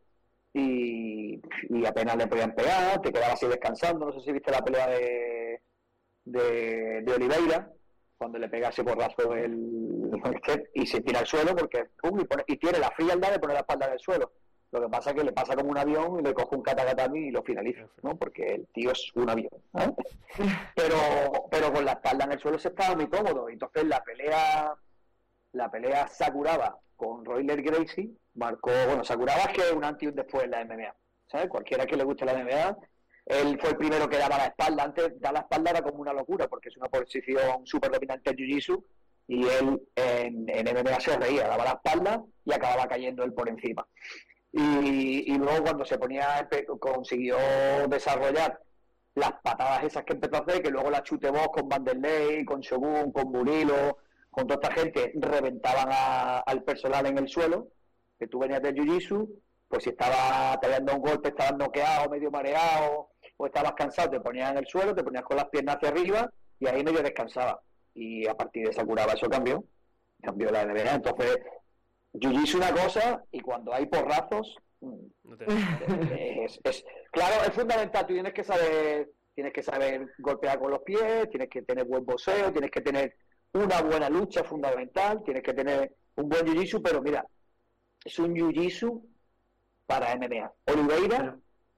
y, y apenas le podían pegar, te quedabas así descansando. No sé si viste la pelea de, de, de Oliveira, cuando le pega ese porrazo el, el y se tira al suelo porque pum, y, pone, y tiene la frialdad de poner la espalda en el suelo. Lo que pasa es que le pasa como un avión y le coge un katagatami y lo finaliza, ¿no? Porque el tío es un avión, ¿eh? pero pero con la espalda en el suelo se estaba muy cómodo. Entonces la pelea la pelea Sakuraba con Royler Gracie marcó, bueno, Sakuraba es que es un antes y un después en la M M A, ¿sabes? Cualquiera que le guste la M M A, él fue el primero que daba la espalda. Antes dar la espalda era como una locura porque es una posición súper dominante en Jiu-Jitsu y él en, en M M A se reía, daba la espalda y acababa cayendo él por encima. Y, y luego cuando se ponía, consiguió desarrollar las patadas esas que empezó a hacer, que luego la chute vos con Vanderlei, con Shogun, con Murilo, con toda esta gente, reventaban a, al personal en el suelo, que tú venías de Jiu-Jitsu, pues si estabas te habían dado un golpe, estabas noqueado, medio mareado, o estabas cansado, te ponías en el suelo, te ponías con las piernas hacia arriba, y ahí medio descansabas. Y a partir de Sakuraba eso cambió, cambió la N B A. Entonces, Jiu-Jitsu una cosa, y cuando hay porrazos, no te... es, es, claro, es fundamental. Tú tienes que saber, tienes que saber golpear con los pies, tienes que tener buen boxeo, tienes que tener una buena lucha fundamental, tienes que tener un buen Jiu-Jitsu, pero mira, es un Jiu-Jitsu para M M A. Oliveira,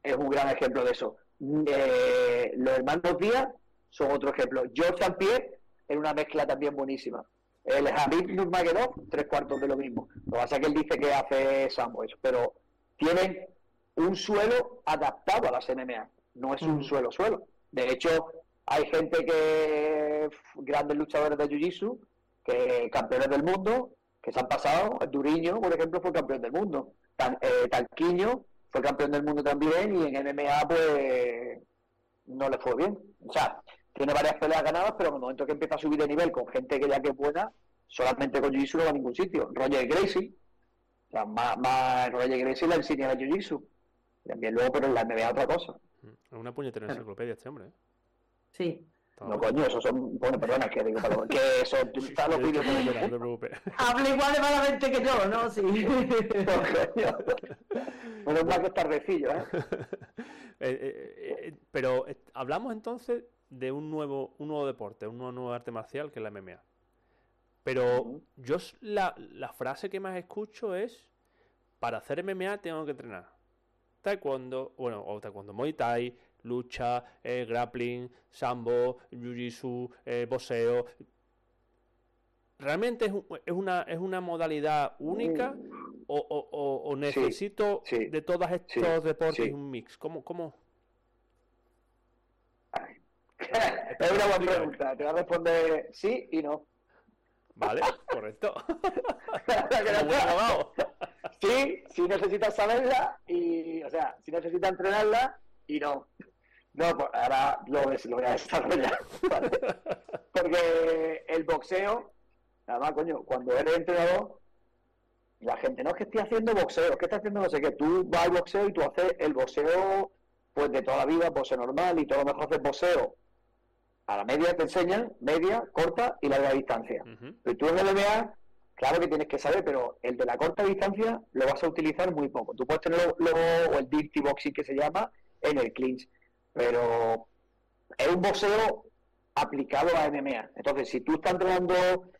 es un gran ejemplo de eso. Eh, los hermanos Díaz son otro ejemplo. George Saint Pierre es una mezcla también buenísima. El Habib Nurmagomedov, tres cuartos de lo mismo. Lo que pasa es que él dice que hace sambo eso, pero tienen un suelo adaptado a las M M A. No es un mm. suelo suelo. De hecho, hay gente que grandes luchadores de Jiu-Jitsu, que campeones del mundo, que se han pasado. Duriño, por ejemplo, fue campeón del mundo. Tan, eh, Talquiño fue campeón del mundo también, y en M M A pues no le fue bien. O sea, tiene varias peleas ganadas, pero en el momento que empieza a subir de nivel con gente que ya que es buena, solamente con Jiu-Jitsu no va a ningún sitio. Roger Gracie, o sea, más, más Roger Gracie la enseña de Jiu-Jitsu. También luego, pero en la M M A otra cosa. Es una puñetera enciclopedia este hombre, ¿eh? Sí. No, coño, esos son... Bueno, perdona, que digo, perdón, que eso... Están los vídeos de no te preocupes. Habla igual de malamente que yo, ¿no? Sí. No, coño. Menos mal que es tardecillo, ¿eh? eh, eh, eh pero eh, hablamos entonces de un nuevo un nuevo deporte, un nuevo, nuevo arte marcial que es la M M A. Pero uh-huh. yo la, la frase que más escucho es: para hacer M M A tengo que entrenar taekwondo, bueno, o taekwondo, Muay Thai, lucha, eh, grappling, sambo, jiu-jitsu, eh, boxeo. ¿Realmente es, un, es, una, es una modalidad única o, o, o, o necesito sí, sí, de todos estos sí, deportes sí. un mix? ¿Cómo? cómo? Es una buena pregunta. Te voy a responder sí y no. Vale, correcto. Sí, si necesitas saberla y, o sea, si necesitas entrenarla y no. No, pues ahora lo, lo voy a desarrollar. ¿Vale? Porque el boxeo, además, coño, cuando eres entrenador, la gente no es que esté haciendo boxeo, es que está haciendo no sé qué. Tú vas al boxeo y tú haces el boxeo, pues de toda la vida, boxeo normal, y todo lo mejor haces boxeo. A la media te enseñan, media, corta y larga distancia. Uh-huh. Pero tú en el M M A, claro que tienes que saber, pero el de la corta distancia lo vas a utilizar muy poco. Tú puedes tenerlo luego, o el dirty boxing que se llama, en el clinch. Pero es un boxeo aplicado a M M A. Entonces, si tú estás entrenando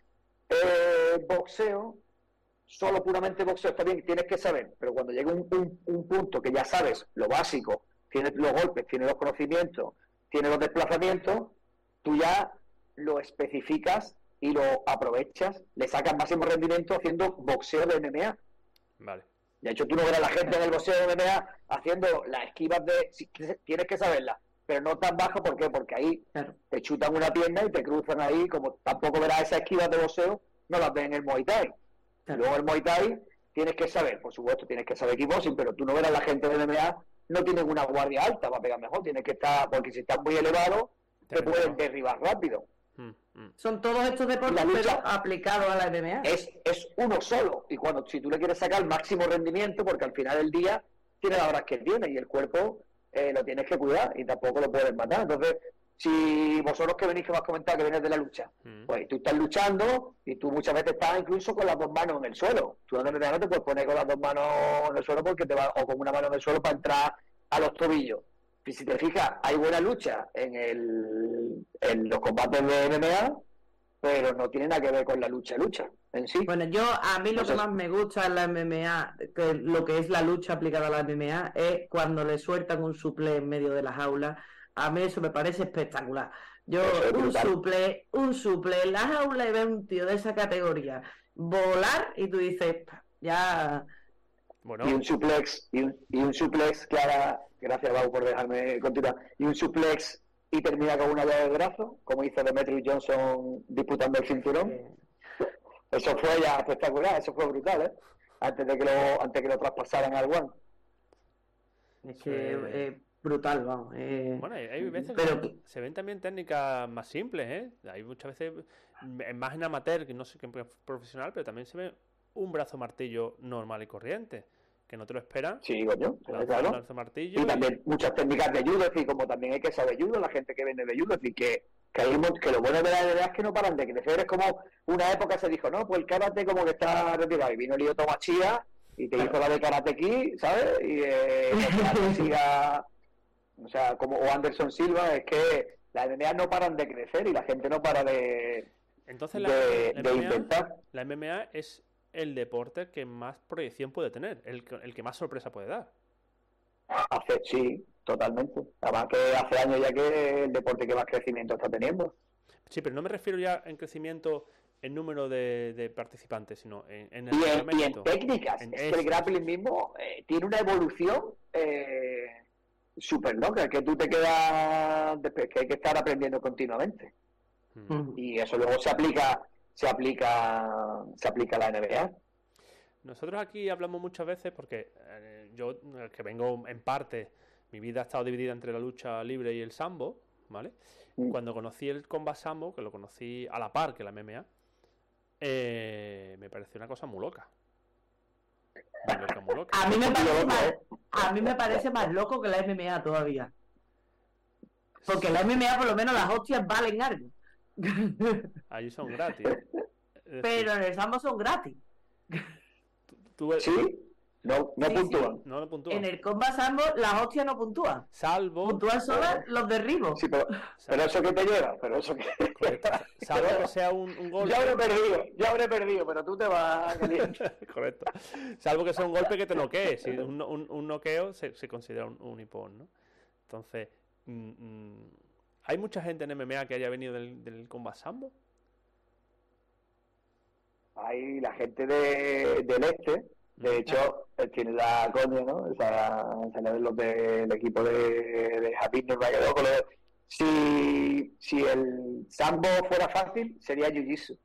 eh, boxeo, solo puramente boxeo, está bien, tienes que saber. Pero cuando llega un, un, un punto que ya sabes lo básico, tienes los golpes, tienes los conocimientos, tienes los desplazamientos, tú ya lo especificas y lo aprovechas, le sacas máximo rendimiento haciendo boxeo de M M A. Vale. De hecho, tú no verás a la gente en el boxeo de M M A haciendo las esquivas de... Si, tienes que saberlas, pero no tan bajo. ¿Por qué? Porque ahí claro. te chutan una pierna y te cruzan ahí. Como tampoco verás esas esquivas de boxeo, no las ves en el Muay Thai. Claro. Luego el Muay Thai tienes que saber, por supuesto, tienes que saber kickboxing, pero tú no verás a la gente de M M A, no tienen una guardia alta para pegar mejor. Tienes que estar... Porque si estás muy elevado, te, te pueden derribar rápido. Mm, mm. Son todos estos deportes pero aplicados a la M M A. Es, es uno solo. Y cuando si tú le quieres sacar el máximo rendimiento, porque al final del día tiene las horas que tiene y el cuerpo eh, lo tienes que cuidar y tampoco lo puedes matar. Entonces, si vosotros que venís, que me has comentado que vienes de la lucha, mm. pues tú estás luchando y tú muchas veces estás incluso con las dos manos en el suelo. Tú no te puedes poner con las dos manos en el suelo porque te va, o con una mano en el suelo para entrar a los tobillos. Y si te fijas, hay buena lucha en, el, en los combates de M M A, pero no tiene nada que ver con la lucha lucha en sí. Bueno, yo a mí lo Entonces, que más me gusta en la M M A, que lo que es la lucha aplicada a la M M A, es cuando le sueltan un suple en medio de la jaula. A mí eso me parece espectacular. Yo, un suple, un suple en la jaula y ves un tío de esa categoría volar y tú dices, ya... Bueno. Y un suplex, y un, y un suplex que haga, gracias Bau por dejarme continuar, y un suplex y termina con una llave de brazo, como hizo Demetrius Johnson disputando el cinturón. Sí. Eso fue ya espectacular, eso fue brutal, ¿eh? Antes de que lo, antes que lo traspasaran al One. Es que sí. es brutal, vamos. Eh... Bueno, hay, hay veces Pero... que se ven también técnicas más simples, ¿eh? Hay muchas veces, más en amateur, que no sé qué profesional, pero también se ve un brazo martillo normal y corriente, que no te lo esperan. Sí, coño, lanza, claro. Lanza martillo y, y también muchas técnicas de judo, es decir, como también hay que saber judo, la gente que viene de judo, es decir, que, que, hay, que lo bueno de la edad es que no paran de crecer. Es como una época se dijo, no, pues el karate como que está retirado, y vino Lyoto Machida y te hizo la de Karate aquí, ¿sabes? Y eh, siga, o sea, como o Anderson Silva, es que las M M A no paran de crecer y la gente no para de, Entonces, la, de, la de M M A, inventar. La M M A es el deporte que más proyección puede tener, el, el que más sorpresa puede dar. Hace, sí, totalmente. Además que hace años ya que el deporte que más crecimiento está teniendo. Sí, pero no me refiero ya en crecimiento en número de, de participantes, sino en, en el y, en, y en técnicas. En es que el grappling mismo eh, tiene una evolución eh, súper loca, que tú te quedas, que hay que estar aprendiendo continuamente. Mm. Y eso luego se aplica, se aplica, se aplica a la N B A. Nosotros aquí hablamos muchas veces porque eh, yo, que vengo en parte, mi vida ha estado dividida entre la lucha libre y el sambo, ¿vale? Mm. Cuando conocí el combat sambo, que lo conocí a la par que la M M A, eh, me pareció una cosa muy loca. Muy loca, muy loca. A mí me parece más, a mí me parece más loco que la M M A todavía. Porque la M M A por lo menos las hostias valen algo. Ahí son gratis. Decir, pero en el sambo son gratis. ¿Tú, tú, ¿Sí? No, no, sí, puntúan. Sí. no, no puntúan. En el combat sambo las hostias no puntúan. Salvo. Puntúan solo los derribos. Sí, pero, pero eso que te lleva, pero eso que. Correcto. Salvo que sea un, un golpe. Ya habré perdido, ya habré perdido, pero tú te vas. Correcto. Salvo que sea un golpe que te noquee. Si un, un, un noqueo se, se considera un, un hipón, ¿no? Entonces, mm, mm, ¿hay mucha gente en M M A que haya venido del, del combat sambo? Hay la gente de, del este. De hecho, él tiene la coña, ¿no? Esa, esa los del de, equipo de, de Japín de Rayo. Si, si el sambo fuera fácil, sería jiu-jitsu.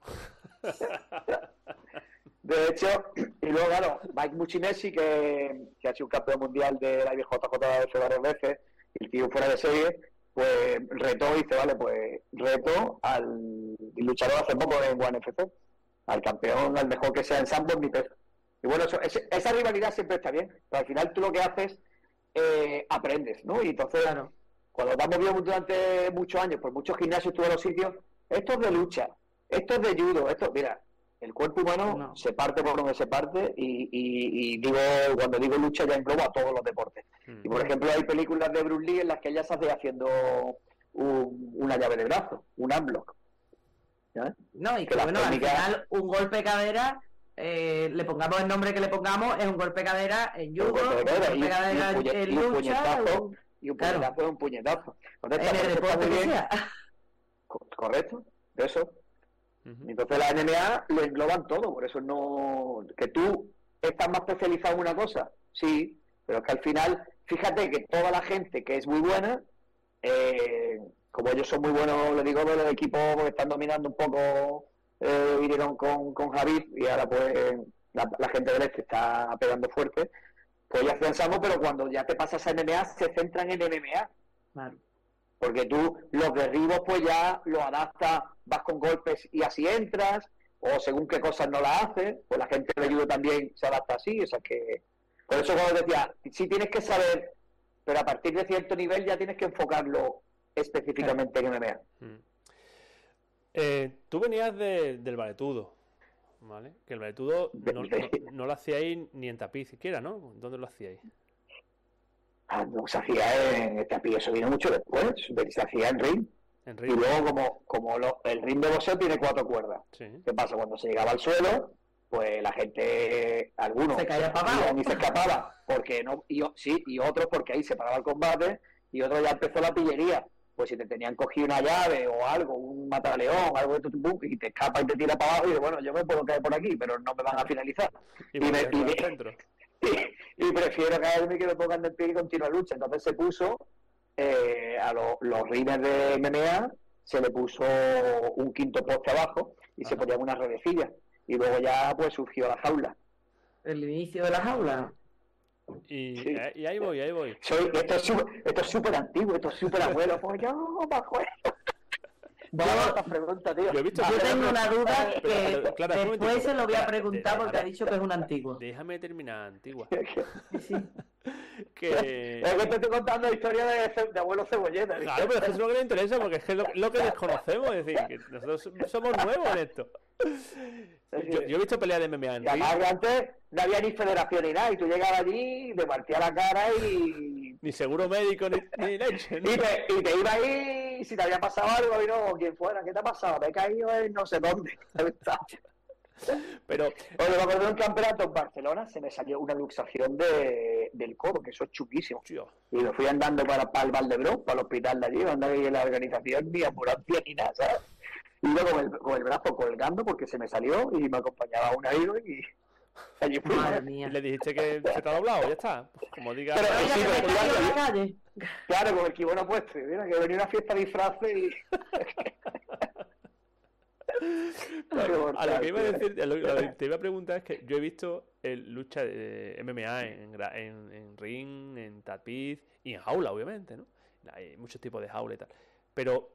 De hecho, y luego, claro, Mike Muccinesi, que, que ha sido un campeón mundial de la I B J J F varias veces, y el tío fuera de serie, pues retó y dice, vale, pues reto al luchador hace poco en One F C, al campeón, al mejor que sea en sambo, en mi peso. Y bueno, eso, ese, esa rivalidad siempre está bien, pero al final tú lo que haces, eh, aprendes, ¿no? Y entonces, claro, cuando te has movido durante muchos años, por muchos gimnasios, todos los sitios, esto es de lucha, esto es de judo, esto, mira, el cuerpo humano no. se parte por donde se parte y, y, y digo, cuando digo lucha ya engloba a todos los deportes. Mm. Y por ejemplo, hay películas de Bruce Lee en las que ella se hace haciendo un, una llave de brazo, un armlock. ¿Ya? No, y que, que bueno, técnicas... al final un golpe de cadera... Eh, le pongamos el nombre que le pongamos, es un golpe de cadera en judo, un golpe de cadera, un golpe de cadera y, y, en y lucha, puñetazo, un... y un puñetazo claro. es un puñetazo. Entonces, en el deporte que sea. Correcto, eso. Uh-huh. Entonces la N M A lo engloban todo, por eso no... Que tú estás más especializado en una cosa, sí, pero es que al final, fíjate que toda la gente que es muy buena, eh, como ellos son muy buenos, le digo, de los equipos que están dominando un poco... Eh, vinieron con, con Javid y ahora pues la, la gente del este está pegando fuerte, pues ya pensamos, pero cuando ya te pasas a M M A se centran en M M A, claro. Porque tú los derribos pues ya los adaptas, vas con golpes y así entras, o según qué cosas no las haces, pues la gente de judo también se adapta así, o sea que por eso como decía, sí tienes que saber, pero a partir de cierto nivel ya tienes que enfocarlo específicamente claro. en M M A. Mm. Eh, tú venías de, del valetudo, ¿vale? Que el valetudo no, no, no lo hacíais ni en tapiz siquiera, ¿no? ¿Dónde lo hacíais? Ah, no se hacía en tapiz, eso vino mucho después, se hacía en ring. ¿En ring? Y luego como, como lo, el ring de boxeo tiene cuatro cuerdas. Sí. ¿Qué pasa? Cuando se llegaba al suelo, pues la gente, algunos se caía para abajo y se escapaba, porque no, y, sí, y otros porque ahí se paraba el combate, y otros ya empezó la pillería. Pues si te tenían cogido una llave o algo, un mataleón, algo de tu tu y te escapa y te tira para abajo y dices, bueno, yo me puedo caer por aquí, pero no me van a finalizar. Y, y, me, y, me, y, y prefiero caerme que me pongan de pie y continuar lucha. Entonces se puso, eh, a lo, los rines de M M A, se le puso un quinto poste abajo y Ajá. se ponían unas redecillas. Y luego ya pues surgió la jaula. ¿El inicio de la jaula? Y, sí. eh, y ahí voy, ahí voy. Soy, esto es súper esto es súper antiguo, esto es súper abuelo. Pues yo, bajo Vamos a otra pregunta, tío. Yo, he visto yo tengo una duda que pero, pero, claro, después se lo voy a preguntar porque ha dicho que es un antiguo. Déjame terminar, antigua. Sí. Que... Es que te estoy contando la historia de, de abuelo Cebolleta. Claro, pero es que es lo que le interesa porque es que lo, lo que desconocemos, es decir, que nosotros somos nuevos en esto. Yo, yo he visto peleas de M M A en y además que antes no había ni federación ni nada y tú llegabas allí, te partías la cara y... Ni seguro médico ni, ni leche, ¿no? Y te, y te iba ahí, si te había pasado algo y no, quien fuera, ¿qué te ha pasado? Me he caído en no sé dónde. Pero, oye, me acuerdo de un campeonato en Barcelona, se me salió una luxación de, del codo, que eso es chunguísimo. tío. Y me fui andando para, para el Valdebrón, para el hospital de allí, andando ahí en la organización, ni ambulancia ni nada, ¿sabes? Iba con el, con el brazo colgando porque se me salió y me acompañaba un amigo y allí fui. Madre Y mía. le dijiste que se te ha doblado, ya está. Pues como diga. Pero, Oiga, sí, que me pero he caído en la claro, calle. claro, con el kimono puesto. Mira, que venía una fiesta de disfraces y... Bueno, a lo que iba a decir, a lo, lo que te iba a preguntar es que yo he visto el lucha de M M A en, gra- en, en ring, en tapiz y en jaula, obviamente, ¿no? Hay muchos tipos de jaula y tal. Pero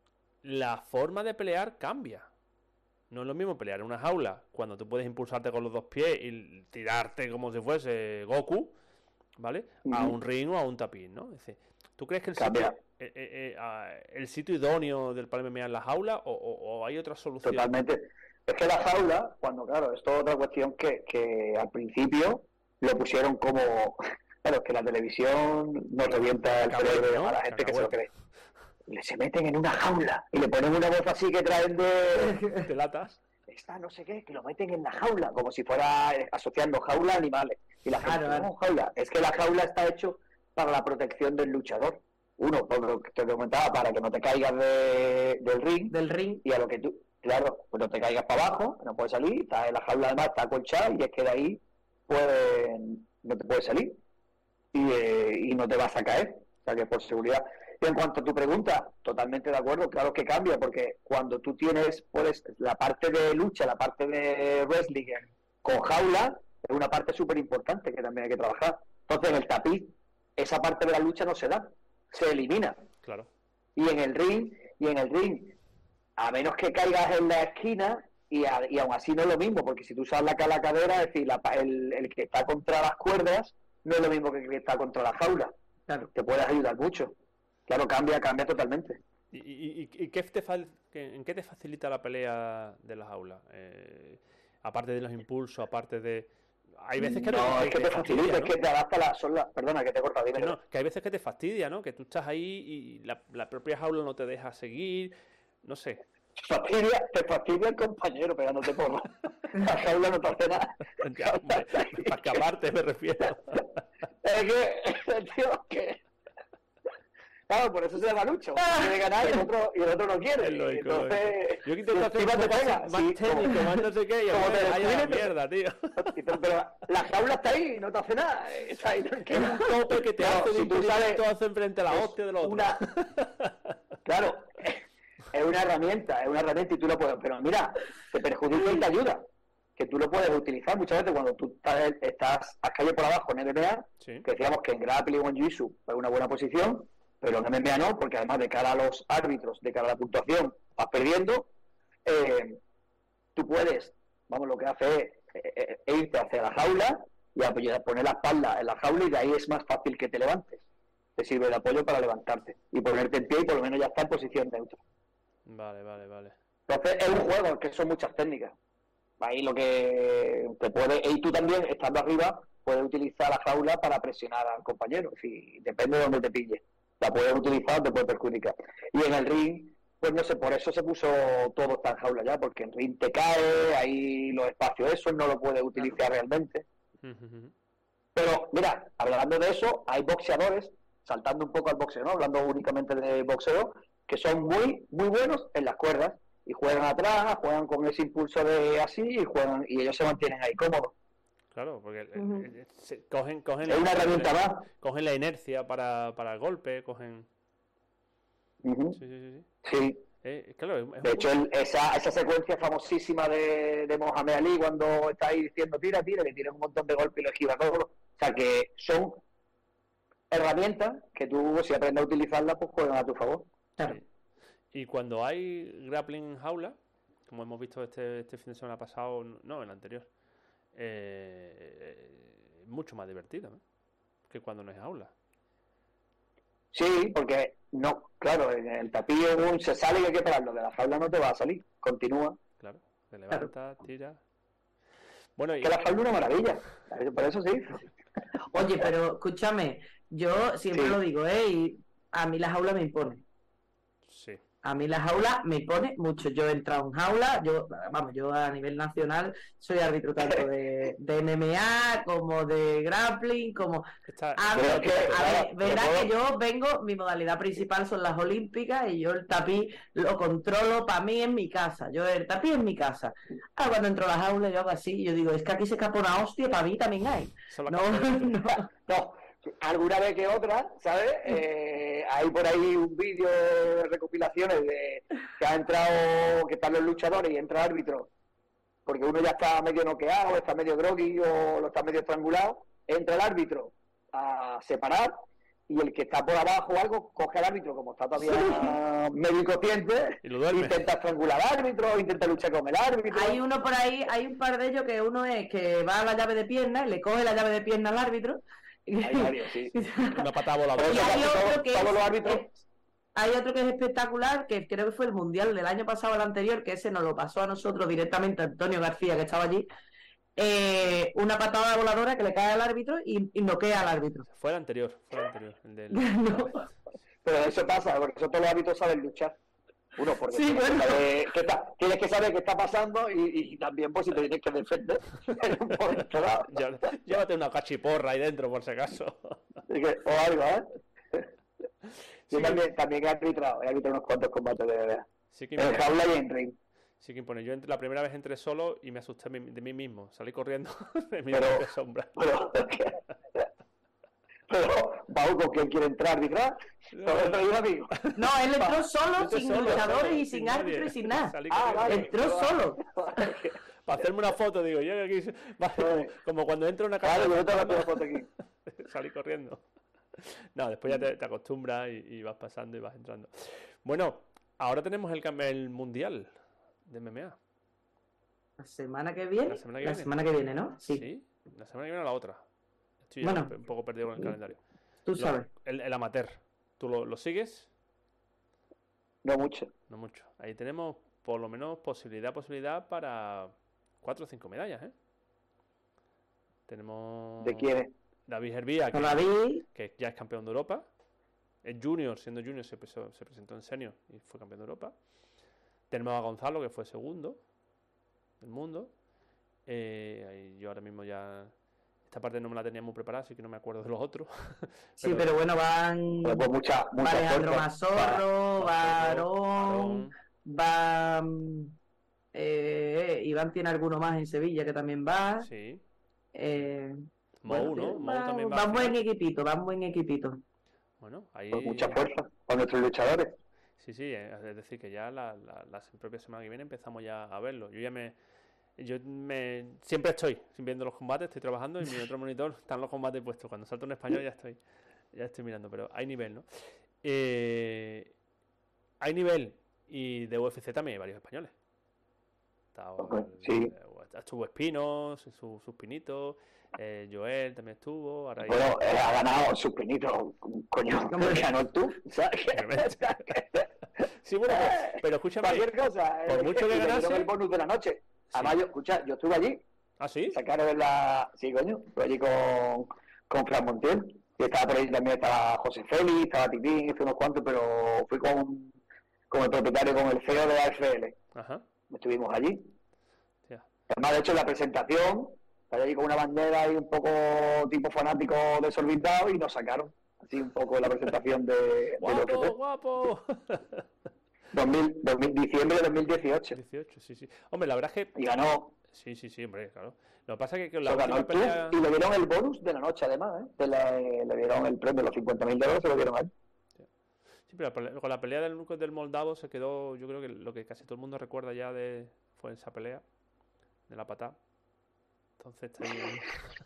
la forma de pelear cambia. No es lo mismo pelear en una jaula cuando tú puedes impulsarte con los dos pies y tirarte como si fuese Goku, ¿vale? A Ujú. un ring o a un tapiz, ¿no? Es decir, ¿tú crees que el Cambia. sitio, eh, eh, eh, ah, el sitio idóneo del M M A es la jaula o, o- o hay otra solución? Totalmente. Es que la jaula, cuando, claro, esto es otra cuestión que, que al principio lo pusieron como... Claro, es que la televisión nos revienta el Cacahuete, cerebro ¿no? a la gente que se lo Cacahuete. cree. Le se meten en una jaula y le ponen una voz así que traen de... ¿Te latas? Está no sé qué, que lo meten en la jaula, como si fuera eh, asociando jaula a animales. Y la gente, Claro, claro. no, jaula. Es que la jaula está hecho para la protección del luchador. Uno, por lo que te comentaba, para que no te caigas de- del ring. Del ring. Y a lo que tú, claro, pues no te caigas para abajo, no puedes salir, está en la jaula además, está acolchada y es que de ahí pues, no te puedes salir y, eh, y no te vas a caer, o sea que por seguridad. Y en cuanto a tu pregunta, totalmente de acuerdo, claro que cambia, porque cuando tú tienes pues la parte de lucha, la parte de wrestling con jaula, es una parte súper importante que también hay que trabajar. Entonces en el tapiz, esa parte de la lucha no se da, se elimina. Claro. Y en el ring, y en el ring, a menos que caigas en la esquina, y, a- y aún así no es lo mismo, porque si tú usas la, ca- la cadera, es decir, la pa- el, el que está contra las cuerdas, no es lo mismo que el que está contra la jaula. Claro. Te puedes ayudar mucho. Claro, cambia, cambia totalmente. ¿Y, y, y- y qué te fal- qué- en qué te facilita la pelea de las aulas? Eh, aparte de los impulsos, aparte de... Hay veces que No, es que te facilita, es ¿no? que te adapta la sola. Perdona, que te corta, dime. Que no, que hay veces que te fastidia, ¿no? Que tú estás ahí y la, la propia jaula no te deja seguir, no sé. Te fastidia, te fastidia el compañero pegándote porra. La jaula no te hace nada. Ya, hombre, para escaparte me refiero. Es que, tío, que... Claro, por eso se llama lucho. Uno quiere ganar y el otro, y el otro no quiere. Es lógico, Entonces, Yo que intento hacer encima un te poco pega, más sí, técnico, como- más no sé qué, y como a te veces vaya la descuides, mierda, tío. y te- pero la jaula está ahí, no te hace nada. Está ahí Es tranquilo. un tope que te Claro, hace de si tú sales- impedimento hace enfrente a la es hostia de los otros. una- Claro, es una herramienta, es una herramienta y tú lo puedes, pero mira, te perjudica y te ayuda, que tú lo puedes utilizar muchas veces cuando tú estás, estás a calle por abajo en M M A, Sí. que decíamos que en grappling o en jiu-jitsu es una buena posición, pero en M M A no, porque además de cara a los árbitros, de cara a la puntuación, vas perdiendo, eh, tú puedes, vamos, lo que hace es eh, eh, irte hacia la jaula y apoyar- poner la espalda en la jaula y de ahí es más fácil que te levantes. Te sirve de apoyo para levantarte y ponerte en pie y por lo menos ya está en posición neutra. Vale, vale, vale. Entonces es un juego que son muchas técnicas. Ahí lo que te puede, y tú también, estando arriba, puedes utilizar la jaula para presionar al compañero. Si depende de dónde te pille. La puedes utilizar o te puede perjudicar. Y en el ring, pues no sé, por eso se puso todo está en jaula ya, porque en ring te cae, ahí los espacios esos no lo puedes utilizar realmente. Pero mira, hablando de eso, hay boxeadores, saltando un poco al boxeo, ¿no? Hablando únicamente de boxeo, que son muy, muy buenos en las cuerdas y juegan atrás, juegan con ese impulso de así y juegan y ellos se mantienen ahí cómodos. Claro, porque eh, Ujú. eh, se- cogen, cogen, Es una herramienta más. cogen la inercia para, para el golpe, cogen... Ujú. Sí, sí, sí. sí. Sí. Eh, claro, es- es De un- hecho, el- esa, esa secuencia famosísima de, de Mohamed Ali cuando está ahí diciendo tira, tira, le tiran un montón de golpes y lo esquiva todo. O sea que son herramientas que tú, si aprendes a utilizarlas, pues juegan a tu favor. Claro. Sí. Y cuando hay grappling en jaula, como hemos visto este, este fin de semana pasado, no, el anterior, eh, es mucho más divertido, ¿no? Que cuando no es jaula. Sí, porque no, claro, en el tapillo un- se sale y hay que pararlo, de la jaula no te va a salir, continúa. Claro, te levanta, tira. Bueno, y Que la jaula es una maravilla, por eso sí. Oye, pero escúchame, yo siempre Sí. lo digo, ¿eh? Y a mí la jaula me impone. sí, A mí la jaula me pone mucho. Yo he entrado en jaula, yo, vamos, yo a nivel nacional soy árbitro tanto de, de M M A como de grappling, como... Está... A ver, que, a ver verás que yo vengo, mi modalidad principal son las olímpicas y yo el tapiz lo controlo para mí en mi casa. Yo el tapiz en mi casa. Ah, cuando entro a la jaula yo hago así y yo digo, es que aquí se escapa una hostia, para mí también hay. No, no, no. Alguna vez que otra, ¿sabes? Eh, hay por ahí un vídeo de recopilaciones de que ha entrado, que están los luchadores y entra el árbitro, porque uno ya está medio noqueado, está medio groggy o lo está medio estrangulado, entra el árbitro a separar y el que está por abajo o algo coge al árbitro, como está todavía sí. medio inconsciente, intenta estrangular al árbitro, intenta luchar con el árbitro. Hay uno por ahí, hay un par de ellos que uno es que va a la llave de pierna y le coge la llave de pierna al árbitro. Hay varios, sí. Una patada voladora. Y hay otro, que es, los árbitros... hay otro que es espectacular, que creo que fue el mundial del año pasado, el anterior, que ese nos lo pasó a nosotros directamente, Antonio García, que estaba allí. Eh, una patada voladora que le cae al árbitro y, y noquea al árbitro. Fue el anterior, fue el anterior. El del... no. Pero eso pasa, porque eso todos los árbitros saben luchar. Uno, porque sí, tienes, bueno. que saber qué está, tienes que saber qué está pasando y, y también pues si te tienes que defender en un momento dado. Llévate una cachiporra ahí dentro por si acaso. O algo, ¿eh? Yo sí, también, también he arbitrado, he arbitrado unos cuantos combates de verdad. Sí que en jaula y en ring. Sí que impone. Yo entré, la primera vez entré solo y me asusté de mí mismo. Salí corriendo de mi pero, propia sombra. Pero, pero, Pau, ¿con quién quiere entrar, arbitrar? No, no, un amigo. No, él entró Pa, solo, sin solo, luchadores solo, y sin, sin árbitro y sin nada. Salí ah, vale, entró solo. Para hacerme una foto, digo, yo aquí... Vale, como cuando entro en una casa... Vale, yo te hago una foto aquí. Salí corriendo. No, después ya te, te acostumbras y, y vas pasando y vas entrando. Bueno, ahora tenemos el, el mundial de M M A. La semana que viene. La semana que, la viene. semana que viene, ¿no? Sí. Sí, la semana que viene o la otra. Estoy bueno, un poco perdido con el calendario. Tú sabes. Lo, el, el amateur. ¿Tú lo, lo sigues? No mucho. No mucho. Ahí tenemos por lo menos posibilidad, posibilidad para cuatro o cinco medallas, ¿eh? Tenemos... ¿De quién? David Hervía, que, David. que ya es campeón de Europa. Es junior, siendo junior se, presó, se presentó en senior y fue campeón de Europa. Tenemos a Gonzalo, que fue segundo del mundo. Eh, yo ahora mismo ya... Esta parte no me la tenía muy preparada, así que no me acuerdo de los otros. pero, sí, pero bueno, van... Pues, pues mucha, mucha va Alejandro Mazorro, va Aarón, va... Eh, Iván tiene alguno más en Sevilla que también va. Sí. Eh, Mou, bueno, ¿no? Mou va, también va. Va un buen equipito, va un buen equipito. Bueno, ahí... Pues mucha fuerza para nuestros luchadores. Sí, sí, es decir, que ya la, la, la propia semana que viene empezamos ya a verlo. Yo ya me... Yo me siempre estoy viendo los combates, estoy trabajando y en mi otro monitor están los combates puestos. Cuando salto en español ya estoy ya estoy mirando, pero hay nivel, ¿no? Eh, hay nivel y de U F C también hay varios españoles. Está, okay, sí. Estuvo Espinos, sus su pinitos, eh, Joel también estuvo. Ahora bueno, él ha ganado sus pinitos, coño, ¿cómo ganó tú? Sí, bueno, pero, pero escúchame. Cualquier cosa, por eh, mucho que ganase el bonus de la noche. Sí. Además, yo, escucha, yo estuve allí. ¿Ah, sí? Sacaron la... Sí, coño. Estuve allí con, con Fran Montiel. Y estaba por ahí también, estaba José Félix, estaba Titín, hice unos cuantos, pero fui con, con el propietario, con el C E O de la A F L. Ajá. Estuvimos allí. Sí. Además, de hecho, la presentación, estaba allí con una bandera y un poco tipo fanático desorbitado y nos sacaron. Así un poco la presentación de... ¡Guapo, de guapo! dos mil, dos mil, diciembre de dos mil dieciocho. dieciocho, sí, sí. Hombre, la verdad es que... Y ganó. Sí, sí, sí, hombre, claro. Lo que pasa es que la ganó última pelea... Y le dieron el bonus de la noche, además, ¿eh? De la, le dieron el premio, los cincuenta mil dólares se lo dieron a él. Sí, pero con la pelea del, del Moldavo se quedó, yo creo que lo que casi todo el mundo recuerda ya de fue esa pelea, de la patada. Entonces está ahí...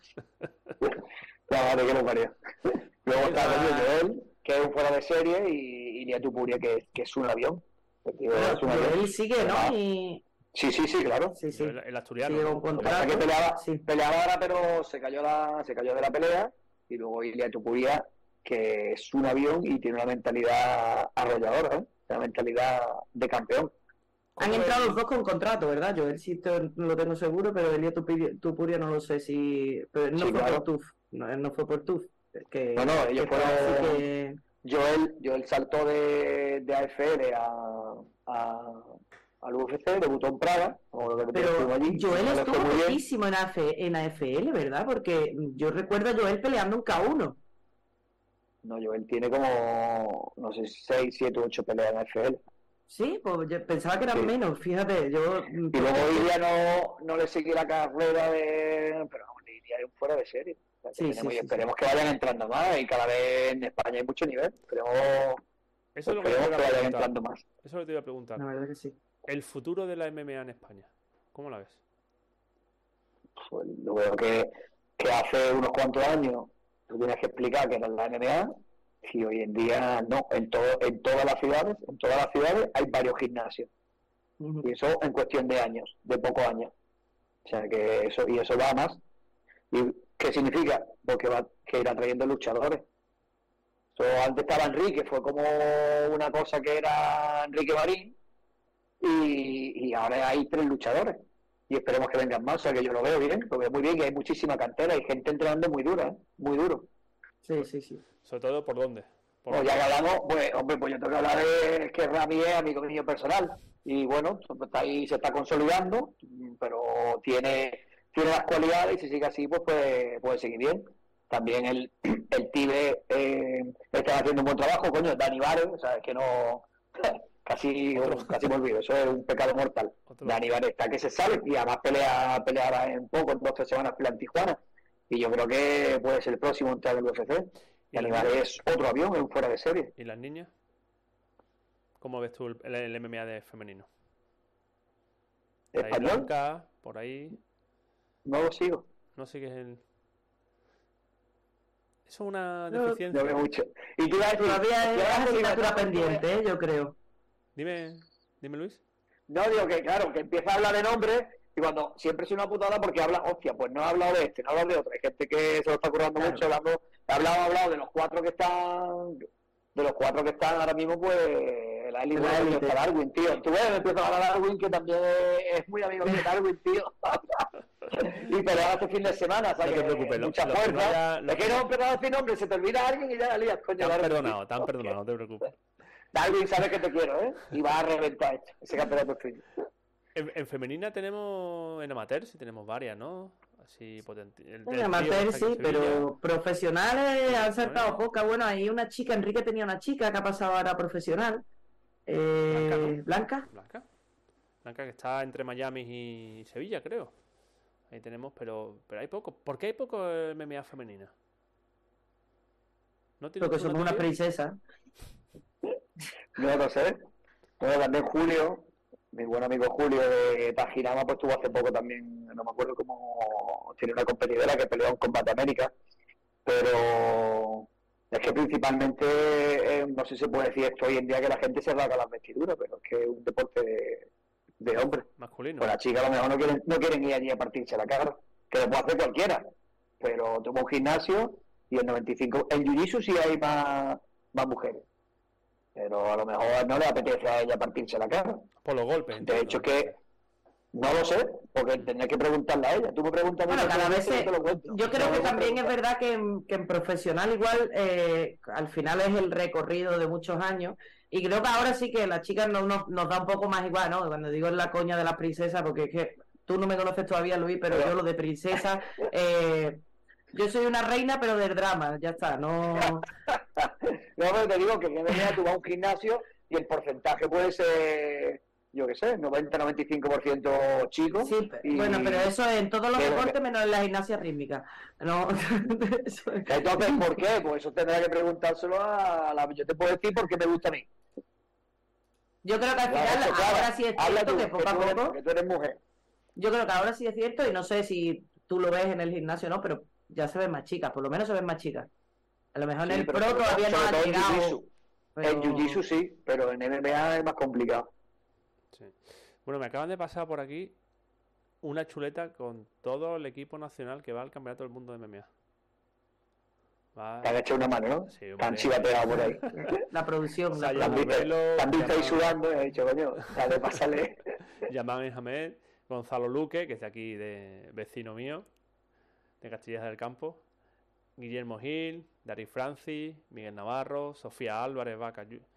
La madre que lo parió. Luego está Joel, que es un fuera de serie, y Ilia Tupuria, que, que es un avión. Él sigue, ¿no? Y... Sí, sí, sí, claro. Sí, sí. El, el asturiano. Sí, ¿no? un contrato. Que peleaba, sí. peleaba ahora, pero se cayó, la, se cayó de la pelea. Y luego Ilia Tupuria, que es un avión y tiene una mentalidad arrolladora, ¿eh? Una mentalidad de campeón. Han entrado los dos con contrato, ¿verdad? Yo el sitio no lo tengo seguro, pero Ilia Tupuria no lo sé si... Pero no sí, fue claro. por TUF. No, no fue por TUF. Que, no, no, ellos que fueron... que... Joel, Joel saltó de, de A F L a, a, al U F C, debutó en Praga. Pero allí, Joel estuvo muchísimo en, en A F L, ¿verdad? Porque yo recuerdo a Joel peleando en K uno. No, Joel tiene como, no sé, seis, siete, ocho peleas en A F L. Sí, pues yo pensaba que eran sí. menos, fíjate, yo... Y luego Ilia no, no le seguí la carrera de... Pero no, Ilia es un fuera de serie. O sea, sí, sí, sí, esperemos sí. que vayan entrando más y cada vez en España hay mucho nivel. Esperemos, Eso es lo que, esperemos que vayan preguntar. entrando más. Eso es lo que te iba a preguntar. La verdad que sí. El futuro de la M M A en España, ¿cómo la ves? Pues yo veo que, que hace unos cuantos años tú tienes que explicar que era la M M A. Y hoy en día no, en todo, en todas las ciudades, en todas las ciudades hay varios gimnasios. Uh-huh. Y eso en cuestión de años, de pocos años. O sea que eso, y eso va a más. ¿Y qué significa? Porque va que ir atrayendo luchadores. So, antes estaba Enrique, fue como una cosa que era Enrique Marín, y, y ahora hay tres luchadores. Y esperemos que vengan más, o sea que yo lo veo bien, lo veo muy bien, que hay muchísima cantera, hay gente entrenando muy dura, ¿eh? Muy duro. Sí, sí, sí. Sobre todo, ¿por dónde? ¿Por pues dónde? Ya que hablamos, pues, hombre, pues yo tengo que hablar de que Rami es amigo mío personal. Y bueno, está ahí, se está consolidando, pero tiene, tiene las cualidades y si sigue así, pues puede, puede seguir bien. También el, el Tibe eh, está haciendo un buen trabajo, coño, Dani Vares, o sea, es que no... casi, casi me olvido, eso es un pecado mortal. Otro. Dani Vares está que se sale y además pelea, peleará en poco, en dos o tres semanas pelea en Tijuana. Y yo creo que puede ser el próximo entrar en el U F C. Y Dani Vares es otro avión, es un fuera de serie. ¿Y las niñas? ¿Cómo ves tú el, el M M A de femenino? ¿Español? Blanca, por ahí. No lo sigo. No sigues el... Eso es una no, deficiencia. No veo mucho. Y tú todavía es asignatura pendiente, ¿eh? Yo creo. Dime, dime Luis. No, digo que claro, que empieza a hablar de nombres y cuando siempre es una putada porque habla, hostia, pues no ha hablado de este, no ha hablado de otro. Hay gente que se lo está currando claro. mucho, hablando, ha hablado, ha hablado de los cuatro que están, de los cuatro que están ahora mismo, pues la élite de Darwin, tío. Tú ves, me empiezo a hablar de Darwin, que también es muy amigo de Darwin, tío. Y peleaba este fin de semana, ¿sabes? No te preocupes, mucha lo, fuerza. Lo vaya, lo... Es que no empezado a decir nombres, se te olvida alguien y ya la lías, coño. Te han perdonado, te han perdonado, no te preocupes. Darwin sabe que te quiero, ¿eh? Y va a reventar esto, ese campeonato fin. En, en femenina tenemos, en amateur sí tenemos varias, ¿no? Así potente. En amateur sí, pero profesionales han saltado bueno. pocas. Bueno, hay una chica, Enrique tenía una chica que ha pasado ahora a profesional. Eh, Blanca, ¿no? Blanca. Blanca. Blanca que está entre Miami y Sevilla, creo. Ahí tenemos, pero pero hay poco. ¿Por qué hay poco M M A femenina? ¿No Porque somos una princesa. No lo sé. Bueno, también Julio, mi buen amigo Julio de Tajirama, pues tuvo hace poco también, no me acuerdo cómo, tiene una competidora que peleó en Combate América, pero es que principalmente, eh, no sé si se puede decir esto hoy en día, que la gente se rasga las vestiduras, pero es que es un deporte de, de hombre. Masculino. Pues las chicas a lo mejor no quieren, no quieren ir allí a partirse la cara, que lo puede hacer cualquiera, pero toma un gimnasio y el noventa y cinco, en Jiu-Jitsu sí hay más, más mujeres. Pero a lo mejor no le apetece a ella partirse la cara. Por los golpes. De hecho, que no lo sé, porque tendré que preguntarle a ella. Tú me preguntas a mí. Bueno, cada vez se... Yo creo que también es verdad que en, que en profesional igual eh, al final es el recorrido de muchos años. Y creo que ahora sí que las chicas no, no, nos da un poco más igual, ¿no? Cuando digo en la coña de las princesas, porque es que tú no me conoces todavía, Luis, pero, pero... yo lo de princesa... Eh, yo soy una reina, pero del drama, ya está, no... No, pero te digo que en M M A tú vas a un gimnasio y el porcentaje puede ser, yo qué sé, noventa a noventa y cinco por ciento chicos. Sí, y... bueno, pero eso es en todos los pero deportes que... menos en la gimnasia rítmica. No. Eso es... Entonces, ¿por qué? Pues eso tendrá que preguntárselo a la... Yo te puedo decir por qué me gusta a mí. Yo creo que al final, claro, ahora claro. sí es cierto tú, que poco a poco... Eres, que tú eres mujer. Yo creo que ahora sí es cierto y no sé si tú lo ves en el gimnasio o no, pero ya se ven más chicas, por lo menos se ven más chicas. A lo mejor sí, en el pro todavía no han llegado. Pero... En Jiu-Jitsu sí, pero en M M A es más complicado. Sí. Bueno, me acaban de pasar por aquí una chuleta con todo el equipo nacional que va al Campeonato del Mundo de M M A. Va... Te han hecho una mano, ¿no? Sí, Están chivateados por ahí. La producción. O sea, la Están visto ahí sudando y he dicho, coño, dale, pásale. Yaman Hamed, Gonzalo Luque, que es de aquí, de vecino mío, de Castillas del Campo. Guillermo Gil, Dari Francis, Miguel Navarro, Sofía Álvarez, Vaca,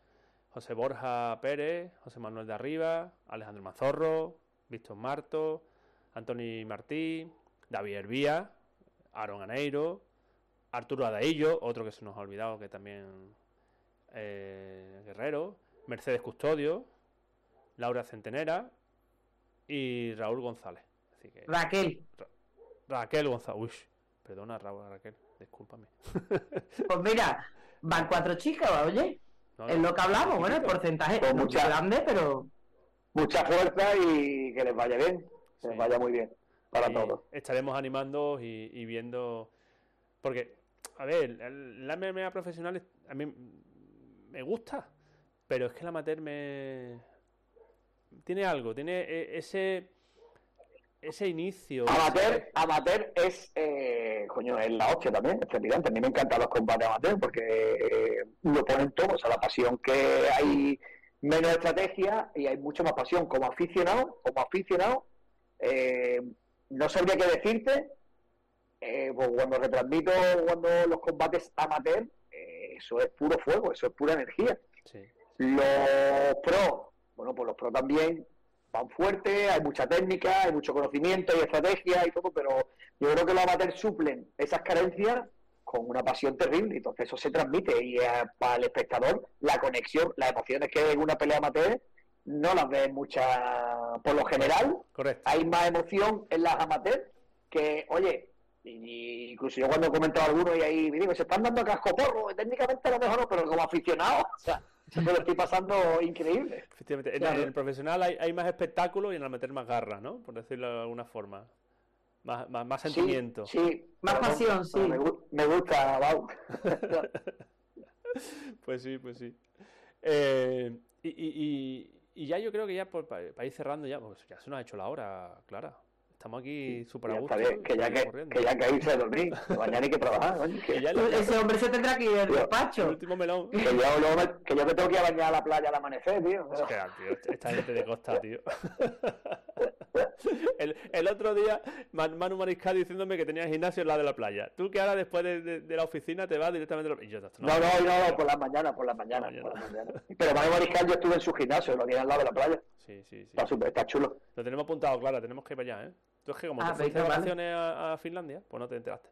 José Borja Pérez, José Manuel de Arriba, Alejandro Mazorro, Víctor Marto, Antoni Martí, David Hervía, Aaron Aneiro, Arturo Adaillo, otro que se nos ha olvidado que también eh, Guerrero, Mercedes Custodio, Laura Centenera y Raúl González. Así que, Raquel. Ra Raquel González. Uy, perdona Raúl, Raquel, discúlpame. Pues mira, van cuatro chicas, oye. No, es lo que hablamos, bueno, el porcentaje es mucho grande, pero... Mucha fuerza y que les vaya bien, que sí. les vaya muy bien para y todos. Estaremos animando y, y viendo... Porque, a ver, la M M A profesional a mí me gusta, pero es que el amateur me... Tiene algo, tiene ese... Ese inicio. Amateur, ese... amateur es, eh, coño, es la hostia también, es trepidante. A mí me encantan los combates amateur porque eh, lo ponen todo, o sea, la pasión que hay, menos estrategia y hay mucho más pasión. Como aficionado, como aficionado, eh, no sabría qué decirte, eh, pues cuando retransmito cuando los combates amateur, eh, eso es puro fuego, eso es pura energía. Sí. Los pro, bueno, pues los pro también van fuerte, hay mucha técnica, hay mucho conocimiento, hay estrategia y todo, pero yo creo que los amateurs suplen esas carencias con una pasión terrible, entonces eso se transmite y eh, para el espectador la conexión, las emociones que hay en una pelea amateur no las ves muchas, por lo general. Correcto. Hay más emoción en las amateurs que, oye, y, incluso yo cuando he comentado alguno y ahí me digo, se están dando casco porro, técnicamente a lo mejor no, pero como aficionado, o sea, se me lo estoy pasando increíble. Efectivamente, claro. En el profesional hay, hay más espectáculo y en el amateur más garra, ¿no? Por decirlo de alguna forma. Más, más, más sentimiento. Sí, sí. Más pero, pasión, sí. Me, me gusta, Bau. Pues sí, pues sí. Eh, y, y, y, y ya yo creo que ya por, para, para ir cerrando ya, pues ya se nos ha hecho la hora, Clara. Estamos aquí súper a gusto. Bien, que, ya que, que ya que irse a dormir. Mañana hay que trabajar. Oye, que... ya Ese hombre se tendrá que ir al despacho. El último melón. Que yo, luego me, que yo me tengo que ir a bañar a la playa al amanecer, tío. O sea, tío, esta gente de costa, tío. El, el otro día, Manu Mariscal diciéndome que tenía gimnasio en la de la playa. Tú que ahora después de, de, de la oficina te vas directamente a la... Y yo, no, no, no, no, no, por las mañanas, por las mañanas. mañana. Por las mañanas. Pero Manu Mariscal yo estuve en su gimnasio, lo tiene al lado de la playa. Sí, sí, sí. Está súper, está chulo. Lo tenemos apuntado, Clara, tenemos que ir para allá, ¿eh? Tú es que como ah, te fuiste de vale. vacaciones a, a Finlandia, pues no te enteraste.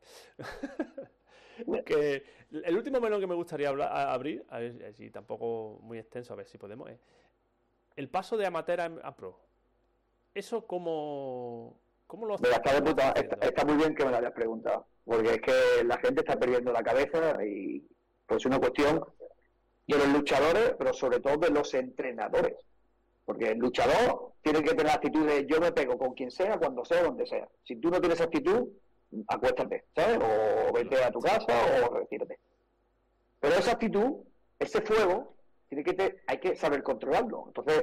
Que el último melón que me gustaría hablar, a, abrir, a ver si tampoco muy extenso, a ver si podemos, es el paso de amateur a, a pro. Eso cómo, cómo lo Mira, está, de puta, está, está muy bien que me lo hayas preguntado, porque es que la gente está perdiendo la cabeza y pues es una cuestión de los luchadores, pero sobre todo de los entrenadores. Porque el luchador tiene que tener la actitud de yo me pego con quien sea, cuando sea, donde sea. Si tú no tienes actitud, acuéstate, ¿sabes? O vete a tu casa o retírate. Pero esa actitud, ese fuego, tiene que te, hay que saber controlarlo. Entonces,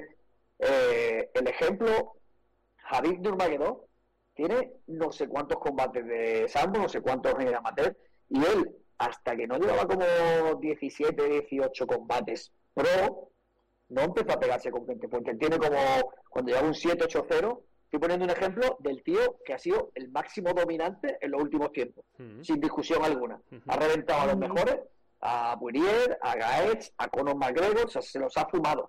eh, el ejemplo, Javid Nurmagomedov tiene no sé cuántos combates de sambo, no sé cuántos en el amateur, y él, hasta que no llevaba como diecisiete, dieciocho combates pro, no empezó a pegarse con gente, porque él tiene como, cuando lleva un siete ocho cero, estoy poniendo un ejemplo del tío que ha sido el máximo dominante en los últimos tiempos, uh-huh. sin discusión alguna. Uh-huh. Ha reventado a los mejores, a Poirier, a Gaetz, a Conor McGregor, o sea, se los ha fumado,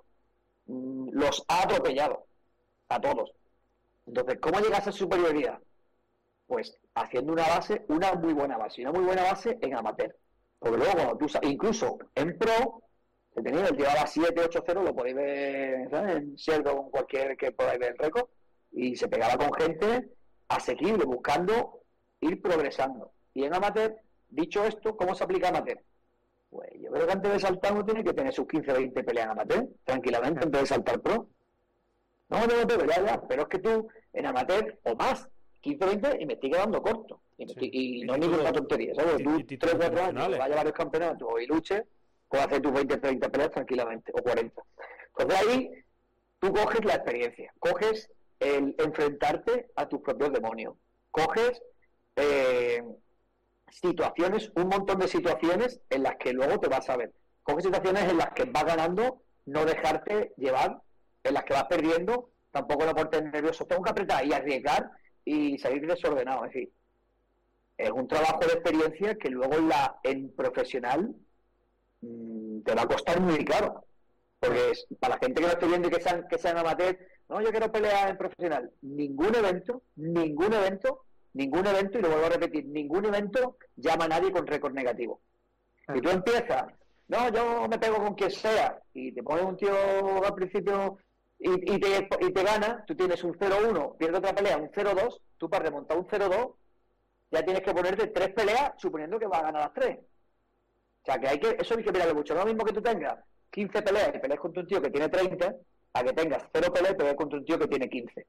los ha atropellado a todos. Entonces, ¿cómo llega a esa superioridad? Pues haciendo una base, una muy buena base, y una muy buena base en amateur. Porque luego, cuando tú, incluso en pro, he tenido, él llevaba siete ocho cero, lo podéis ver, ¿sabes? En Sheldon, con cualquier que podáis ver el récord, y se pegaba con gente asequible, buscando ir progresando. Y en amateur, dicho esto, ¿cómo se aplica amateur? Pues yo creo que antes de saltar uno tiene que tener sus quince veinte peleas en amateur, tranquilamente, antes de saltar pro. No, no, no, ya, ya, pero es que tú, en amateur, o más, quince veinte, y me estoy quedando corto. Y, sí. y, y no es ninguna tontería, ¿sabes? Tú, tres o cuatro años, vayas a varios campeonatos y luches, puedes hacer tus veinte, treinta peleas tranquilamente, o cuarenta. Entonces ahí, tú coges la experiencia, coges el enfrentarte a tus propios demonios, coges eh, situaciones, un montón de situaciones en las que luego te vas a ver, coges situaciones en las que vas ganando, no dejarte llevar, en las que vas perdiendo, tampoco no ponerte nervioso, tengo que apretar y arriesgar y salir desordenado. Es decir, es un trabajo de experiencia que luego en la en profesional mmm, te va a costar muy caro, Porque es, para la gente que no esté viendo y que sean, que sean amateur, no, yo quiero pelear en profesional. Ningún evento, ningún evento, ningún evento, y lo vuelvo a repetir, ningún evento llama a nadie con récord negativo. Si tú empiezas, no, yo me pego con quien sea, y te pones un tío al principio y, y, te, y te gana, tú tienes un cero uno, pierdes otra pelea, un cero dos, tú para remontar un cero dos, ya tienes que ponerte tres peleas, suponiendo que vas a ganar las tres. O sea, que hay que, eso hay que mirarlo mucho. No es lo mismo que tú tengas quince peleas y peleas contra un tío que tiene treinta, a que tengas cero peleas y peleas contra un tío que tiene quince.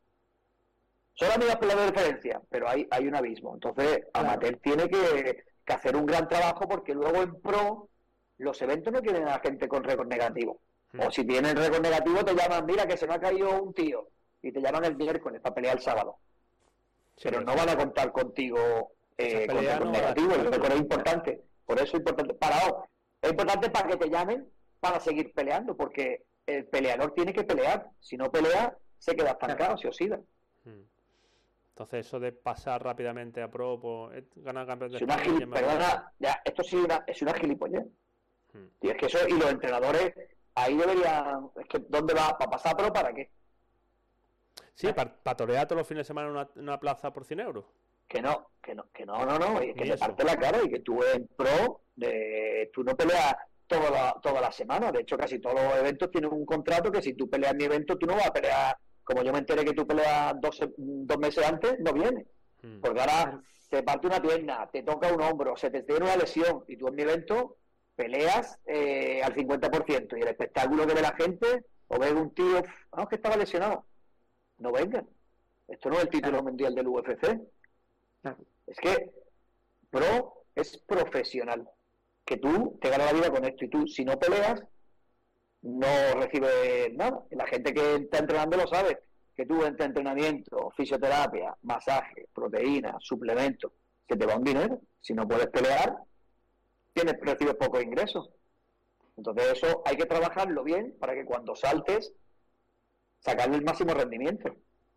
Son las mismas peleas de diferencia, pero hay, hay un abismo. Entonces, claro, Amateur tiene que, que hacer un gran trabajo, porque luego en pro los eventos no quieren a la gente con récord negativo. Mm. O si tienen récord negativo te llaman, mira que se me ha caído un tío, y te llaman el miércoles para pelear el sábado. Sí, pero no van a contar contigo eh, con récord no negativo. El récord es importante. Por eso es importante. Para, es importante para que te llamen para seguir peleando, porque el peleador tiene que pelear. Si no pelea, se queda estancado, se oxida. Entonces, eso de pasar rápidamente a pro, pues, ganar campeón de España. Gil... Perdona, ya, esto sí una, es una gilipollez. Hmm. Y es que eso, y los entrenadores ahí deberían. Es que, ¿dónde va? ¿Para pasar a pro? ¿Para qué? Sí, para pa torear todos los fines de semana en una, una plaza por cien euros. Que no, que no, que no, no, no, y que te parte la cara, y que tú en pro, de, tú no peleas toda la, toda la semana. De hecho, casi todos los eventos tienen un contrato que si tú peleas mi evento, tú no vas a pelear. Como yo me enteré que tú peleas dos, dos meses antes, no vienes. Hmm. Porque ahora te parte una pierna, te toca un hombro, se te tiene una lesión, y tú en mi evento peleas eh, al cincuenta por ciento, y el espectáculo que ve la gente, o ve un tío, ah, es que estaba lesionado. No venga. Esto no es el título mundial del U F C. Es que pro es profesional, que tú te ganas la vida con esto, y tú, si no peleas, no recibes nada. La gente que está entrenando lo sabe, que tú entre entrenamiento, fisioterapia, masaje, proteínas, suplementos, se te va un dinero. Si no puedes pelear, tienes, recibes pocos ingresos. Entonces eso hay que trabajarlo bien para que cuando saltes, sacarle el máximo rendimiento.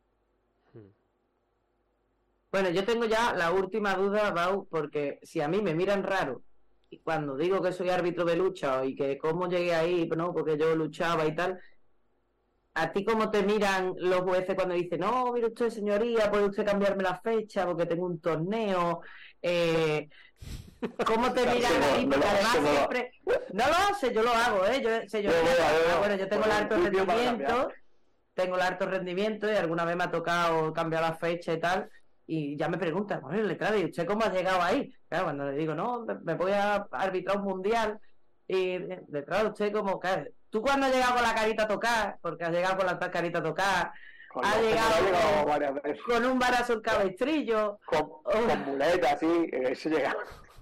Bueno, yo tengo ya la última duda, Bau, porque si a mí me miran raro y cuando digo que soy árbitro de lucha y que cómo llegué ahí, no, porque yo luchaba y tal, ¿a ti cómo te miran los jueces cuando dicen, no, mire usted, señoría, puede usted cambiarme la fecha porque tengo un torneo? Eh, ¿Cómo te miran ahí? Porque además siempre... No lo hace, yo lo hago, ¿eh? Yo, sé, yo, yo, bueno, yo tengo el alto rendimiento, tengo el alto rendimiento y alguna vez me ha tocado cambiar la fecha y tal. Y ya me preguntan, bueno, letrado, ¿y usted cómo ha llegado ahí? Claro, cuando le digo, no, me voy a arbitrar un mundial. Y letrado, ¿usted cómo? Claro, ¿tú cuándo has llegado con la carita a tocar? Porque has llegado con la carita a tocar. Con ha llegado con, con un barazo en cabestrillo. Con, oh. con muletas, sí, eso llega.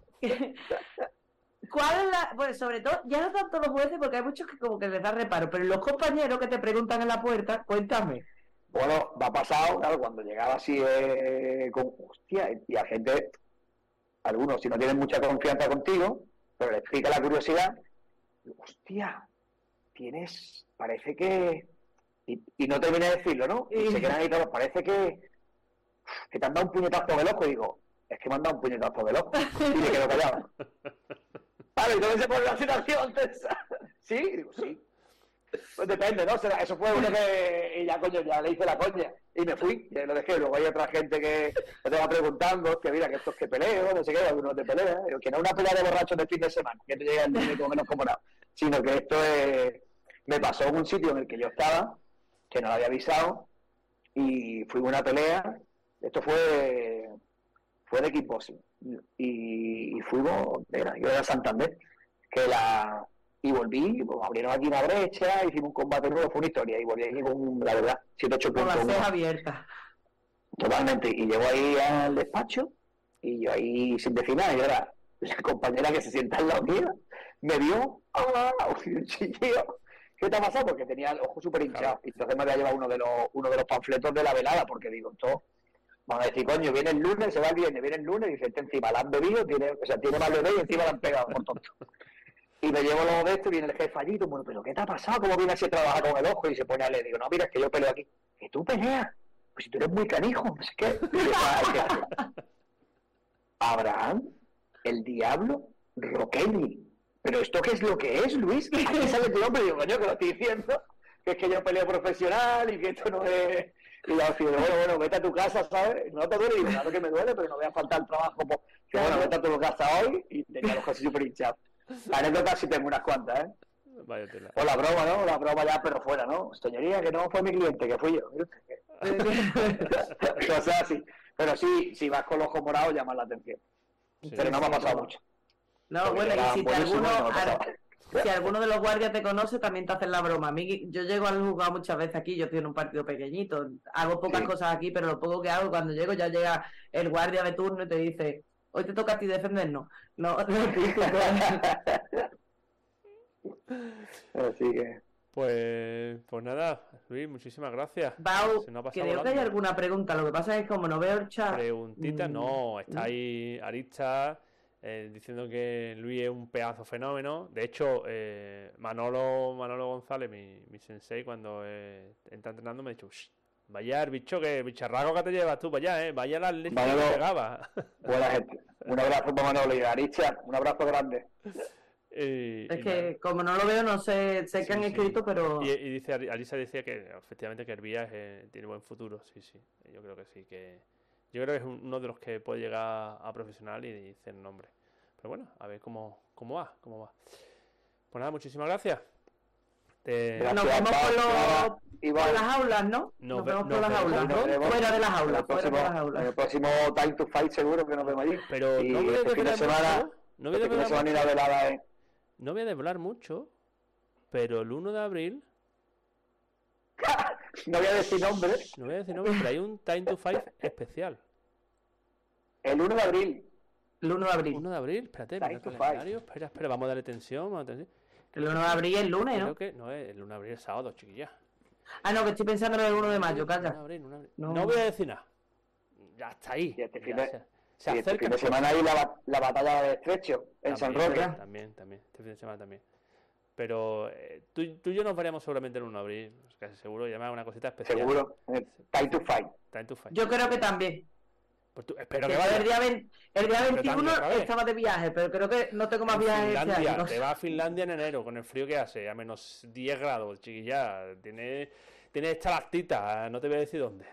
¿Cuál es la...? Pues sobre todo, ya no tanto los jueces, porque hay muchos que como que les da reparo, pero los compañeros que te preguntan en la puerta, cuéntame. Bueno, me ha pasado, claro, cuando llegaba así eh, con hostia, y a gente, algunos si no tienen mucha confianza contigo, pero les pica la curiosidad, hostia, tienes, parece que, y, y no terminé de decirlo, ¿no? Y se quedan ahí todos, parece que, que te han dado un puñetazo del ojo, y digo, es que me han dado un puñetazo del ojo, y me quedo callado. Vale, entonces se pone la situación tensa. ¿Sí? Digo, sí. Pues depende, ¿no? Eso fue uno que... Y ya, coño, ya le hice la coña. Y me fui, y lo dejé. Luego hay otra gente que me te va preguntando, que mira, que esto es que peleo, no sé qué, algunos te pelean. Que no es una pelea de borrachos de fin de semana, que te llega el niño como menos como nada. Sino que esto es... Me pasó en un sitio en el que yo estaba, que no lo había avisado, y fui a una pelea. Esto fue... Fue de kickboxing. Y, y fuimos... Era, yo era Santander. Que la... Y volví, pues, abrieron aquí una brecha, hicimos un combate nuevo, fue una historia, y volví aquí con, la verdad, siete ocho puntos. Con la ceja abierta. Totalmente, y llego ahí al despacho, y yo ahí sin decir nada, y ahora la compañera que se sienta al lado mío, me vio, ¡ah! Un chillido. ¿Qué te ha pasado? Porque tenía el ojo súper hinchado, claro. Y entonces me había llevado uno de los uno de los panfletos de la velada, porque digo, esto, van a decir, coño, viene el lunes, se va el viernes, viene el lunes, y dice, este encima la han bebido, tiene, o sea, tiene mal bebé y encima la han pegado, por tonto. Y me llevo los de esto y viene el jefe allí, bueno, pero ¿qué te ha pasado? ¿Cómo viene así a trabajar con el ojo? Y se pone a leer, digo, no, mira, es que yo peleo aquí. ¿Que tú peleas? Pues si tú eres muy canijo, no sé qué. Abraham, el diablo, Roquelli, ¿pero esto qué es lo que es, Luis? ¿Qué sale tu nombre? Y digo, coño, que lo estoy diciendo, que es que yo peleo profesional y que esto no es... Y yo decía, bueno, bueno, vete a tu casa, ¿sabes? No te duele, y digo, claro que me duele, pero no voy a faltar el trabajo. Pues, que bueno, vete a tu casa hoy y tenía los cosas súper hinchados. La anécdota sí tengo unas cuantas, ¿eh? Vaya tela. O la broma, ¿no? La broma ya, pero fuera, ¿no? Señoría, que no fue mi cliente, que fui yo. Cosas así. Pero sí, si vas con los ojos morados, llamas la atención. Sí, pero no me ha pasado no. mucho. No, porque bueno, y si te alguno... Si alguno de los guardias te conoce, también te hacen la broma. A mí, yo llego al juzgado muchas veces aquí, yo estoy en un partido pequeñito, hago pocas sí. cosas aquí, pero lo poco que hago, cuando llego ya llega el guardia de turno y te dice, hoy te toca a ti defendernos. No, no, Así que... Pues, pues nada, Luis, muchísimas gracias. Bau, creo volando. que hay alguna pregunta, lo que pasa es que como no veo el chat... Preguntita, mmm, no, está ahí Arista... Eh, diciendo que Luis es un pedazo fenómeno. De hecho, eh, Manolo Manolo González, mi, mi sensei, cuando eh, está entrenando, me ha dicho, vaya el bicho, que bicharraco que te llevas tú para allá, ¿eh? Vaya las leches que te pegaba. Buena gente. Un abrazo para Manolo y Aricha, un abrazo grande. Y, es y que nada. Como no lo veo, no sé, sé sí, que han sí. escrito, pero... Y, y dice, Arisa decía que efectivamente que Herbías eh, tiene buen futuro, sí, sí. Yo creo que sí, que... Yo creo que es uno de los que puede llegar a profesional y dice el nombre. Pero bueno, a ver cómo, cómo va, cómo va. Pues nada, muchísimas gracias. Te... Nos vemos por, los, por las aulas, ¿no? Nos, nos vemos por las aulas, ¿no? Fuera de las aulas, fuera de las aulas. En el próximo Time to Fight seguro que nos vemos allí. Pero y no voy a este fin de semana, mucho, no voy a este semana ir a velada, ¿eh? No voy a desvelar mucho, pero el uno de abril... No voy a decir nombres. No voy a decir nombres, pero hay un Time to Fight especial. El uno de abril. El uno de abril. uno de abril, espérate, mira el calendario. Espera, espera, vamos a darle tensión. Vamos a darle... El uno de abril es el lunes, ¿no? Creo que no es el uno de abril, es sábado, chiquilla. Ah, no, que estoy pensando en el uno de mayo, calla. uno de abril, uno de abril. No. no voy a decir nada. Ya está ahí. Y este fin de, se, se y este fin de semana hay la, la batalla de Estrecho en también, San Roque. También, también. Este fin de semana también. Pero eh, tú, tú y yo nos veremos seguramente el uno de abril. Casi seguro, y además una cosita especial. Seguro. Time to Fight. Time to Fight. Yo creo que también. Pues tú, espero que, que vaya. El día, veinte, el día veintiuno estaba de viaje, pero creo que no tengo más en viajes Finlandia, este año. Te vas a Finlandia en enero, con el frío que hace, a menos diez grados, chiquilla. Tienes, tienes estalactitas, no te voy a decir dónde.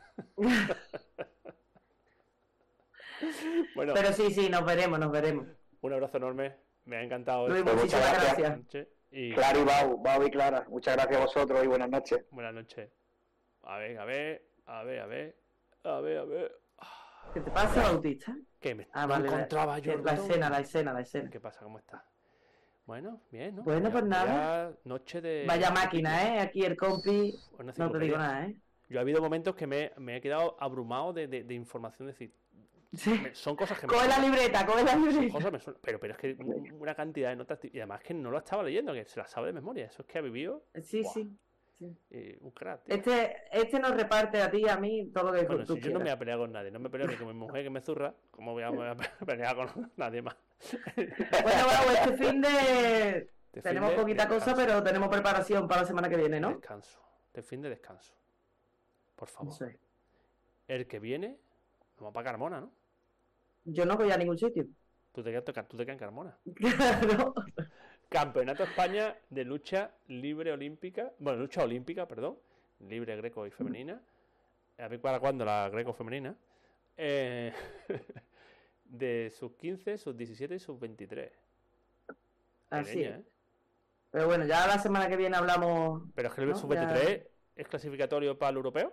Bueno, pero sí, sí, nos veremos, nos veremos. Un abrazo enorme, me ha encantado. Luis, muchísimas gracias. gracias. Y... Claro y Bau, Bau y Clara, muchas gracias a vosotros y buenas noches. Buenas noches. A ver, a ver, a ver, a ver, a ver, a ver. ¿Qué te pasa, Bautista? Que me ah, no vale, encontraba la, yo. La escena, la escena, la escena. ¿Qué pasa? ¿Cómo está? Bueno, bien, ¿no? Bueno, vaya, pues nada. Noche de... Vaya máquina, ¿eh? Aquí el compi. Pues no te digo nada, ¿eh? Yo ha habido momentos que me, me he quedado abrumado de, de, de información. Es decir, sí. me, son cosas que me. Coge la libreta, coge la libreta. Cosas me suenan, pero, pero es que una cantidad de notas. Y además que no lo estaba leyendo, que se las sabe de memoria. Eso es que ha vivido. Sí, ¡buah! sí. Sí. Eh, un crack, tío. Este, este nos reparte a ti y a mí todo lo que bueno, tú si quieras. yo no me voy a pelear con nadie, no me peleo ni con mi mujer que me zurra, ¿cómo voy a, voy a pelear con nadie más? Bueno, bueno, este fin de... Este tenemos fin de poquita descanso. cosa, pero tenemos preparación para la semana que viene, ¿no? Descanso. Este fin de descanso. Por favor. Sí. El que viene, vamos para Carmona, ¿no? Yo no voy a ningún sitio. Tú te quedas, tú te quedas en Carmona. Claro. Campeonato España de lucha libre olímpica, bueno, lucha olímpica, perdón, libre greco y femenina. A ver para cuándo la greco femenina. Eh, de sub quince, sub diecisiete y sub veintitrés. Así es. ¿eh? Pero bueno, ya la semana que viene hablamos. Pero es que el ¿no? sub veintitrés ya... es clasificatorio para el europeo.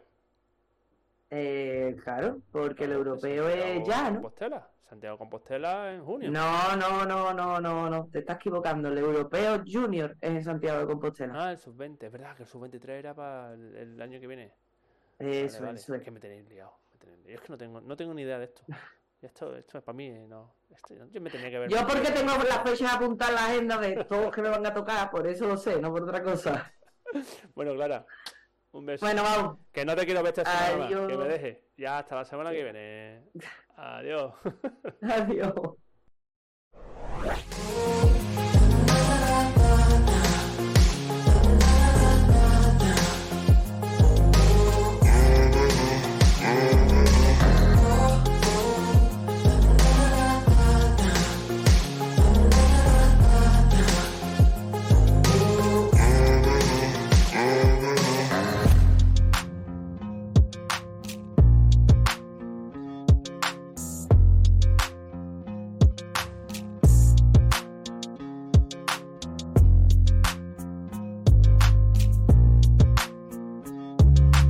Eh, claro, porque el europeo es ya, ¿no? Compostela. Santiago Compostela en junio. No, no, no, no, no, no. Te estás equivocando. El europeo junior es en Santiago de Compostela. Ah, el sub veinte. Es verdad que el sub veintitrés era para el, el año que viene. Eso, vale, vale. eso es. Es que me tenéis liado. Me tenéis liado. Es que no tengo, no tengo ni idea de esto. Esto, esto es para mí, no. Esto, yo me tenía que ver. Yo porque tengo las fechas apuntadas en la agenda de todos que me van a tocar, por eso lo sé, no por otra cosa. Bueno, Clara, un beso. Bueno, vamos. Que no te quiero ver esta semana Adiós. más, que me dejes. Ya hasta la semana que viene. Adiós. Adiós.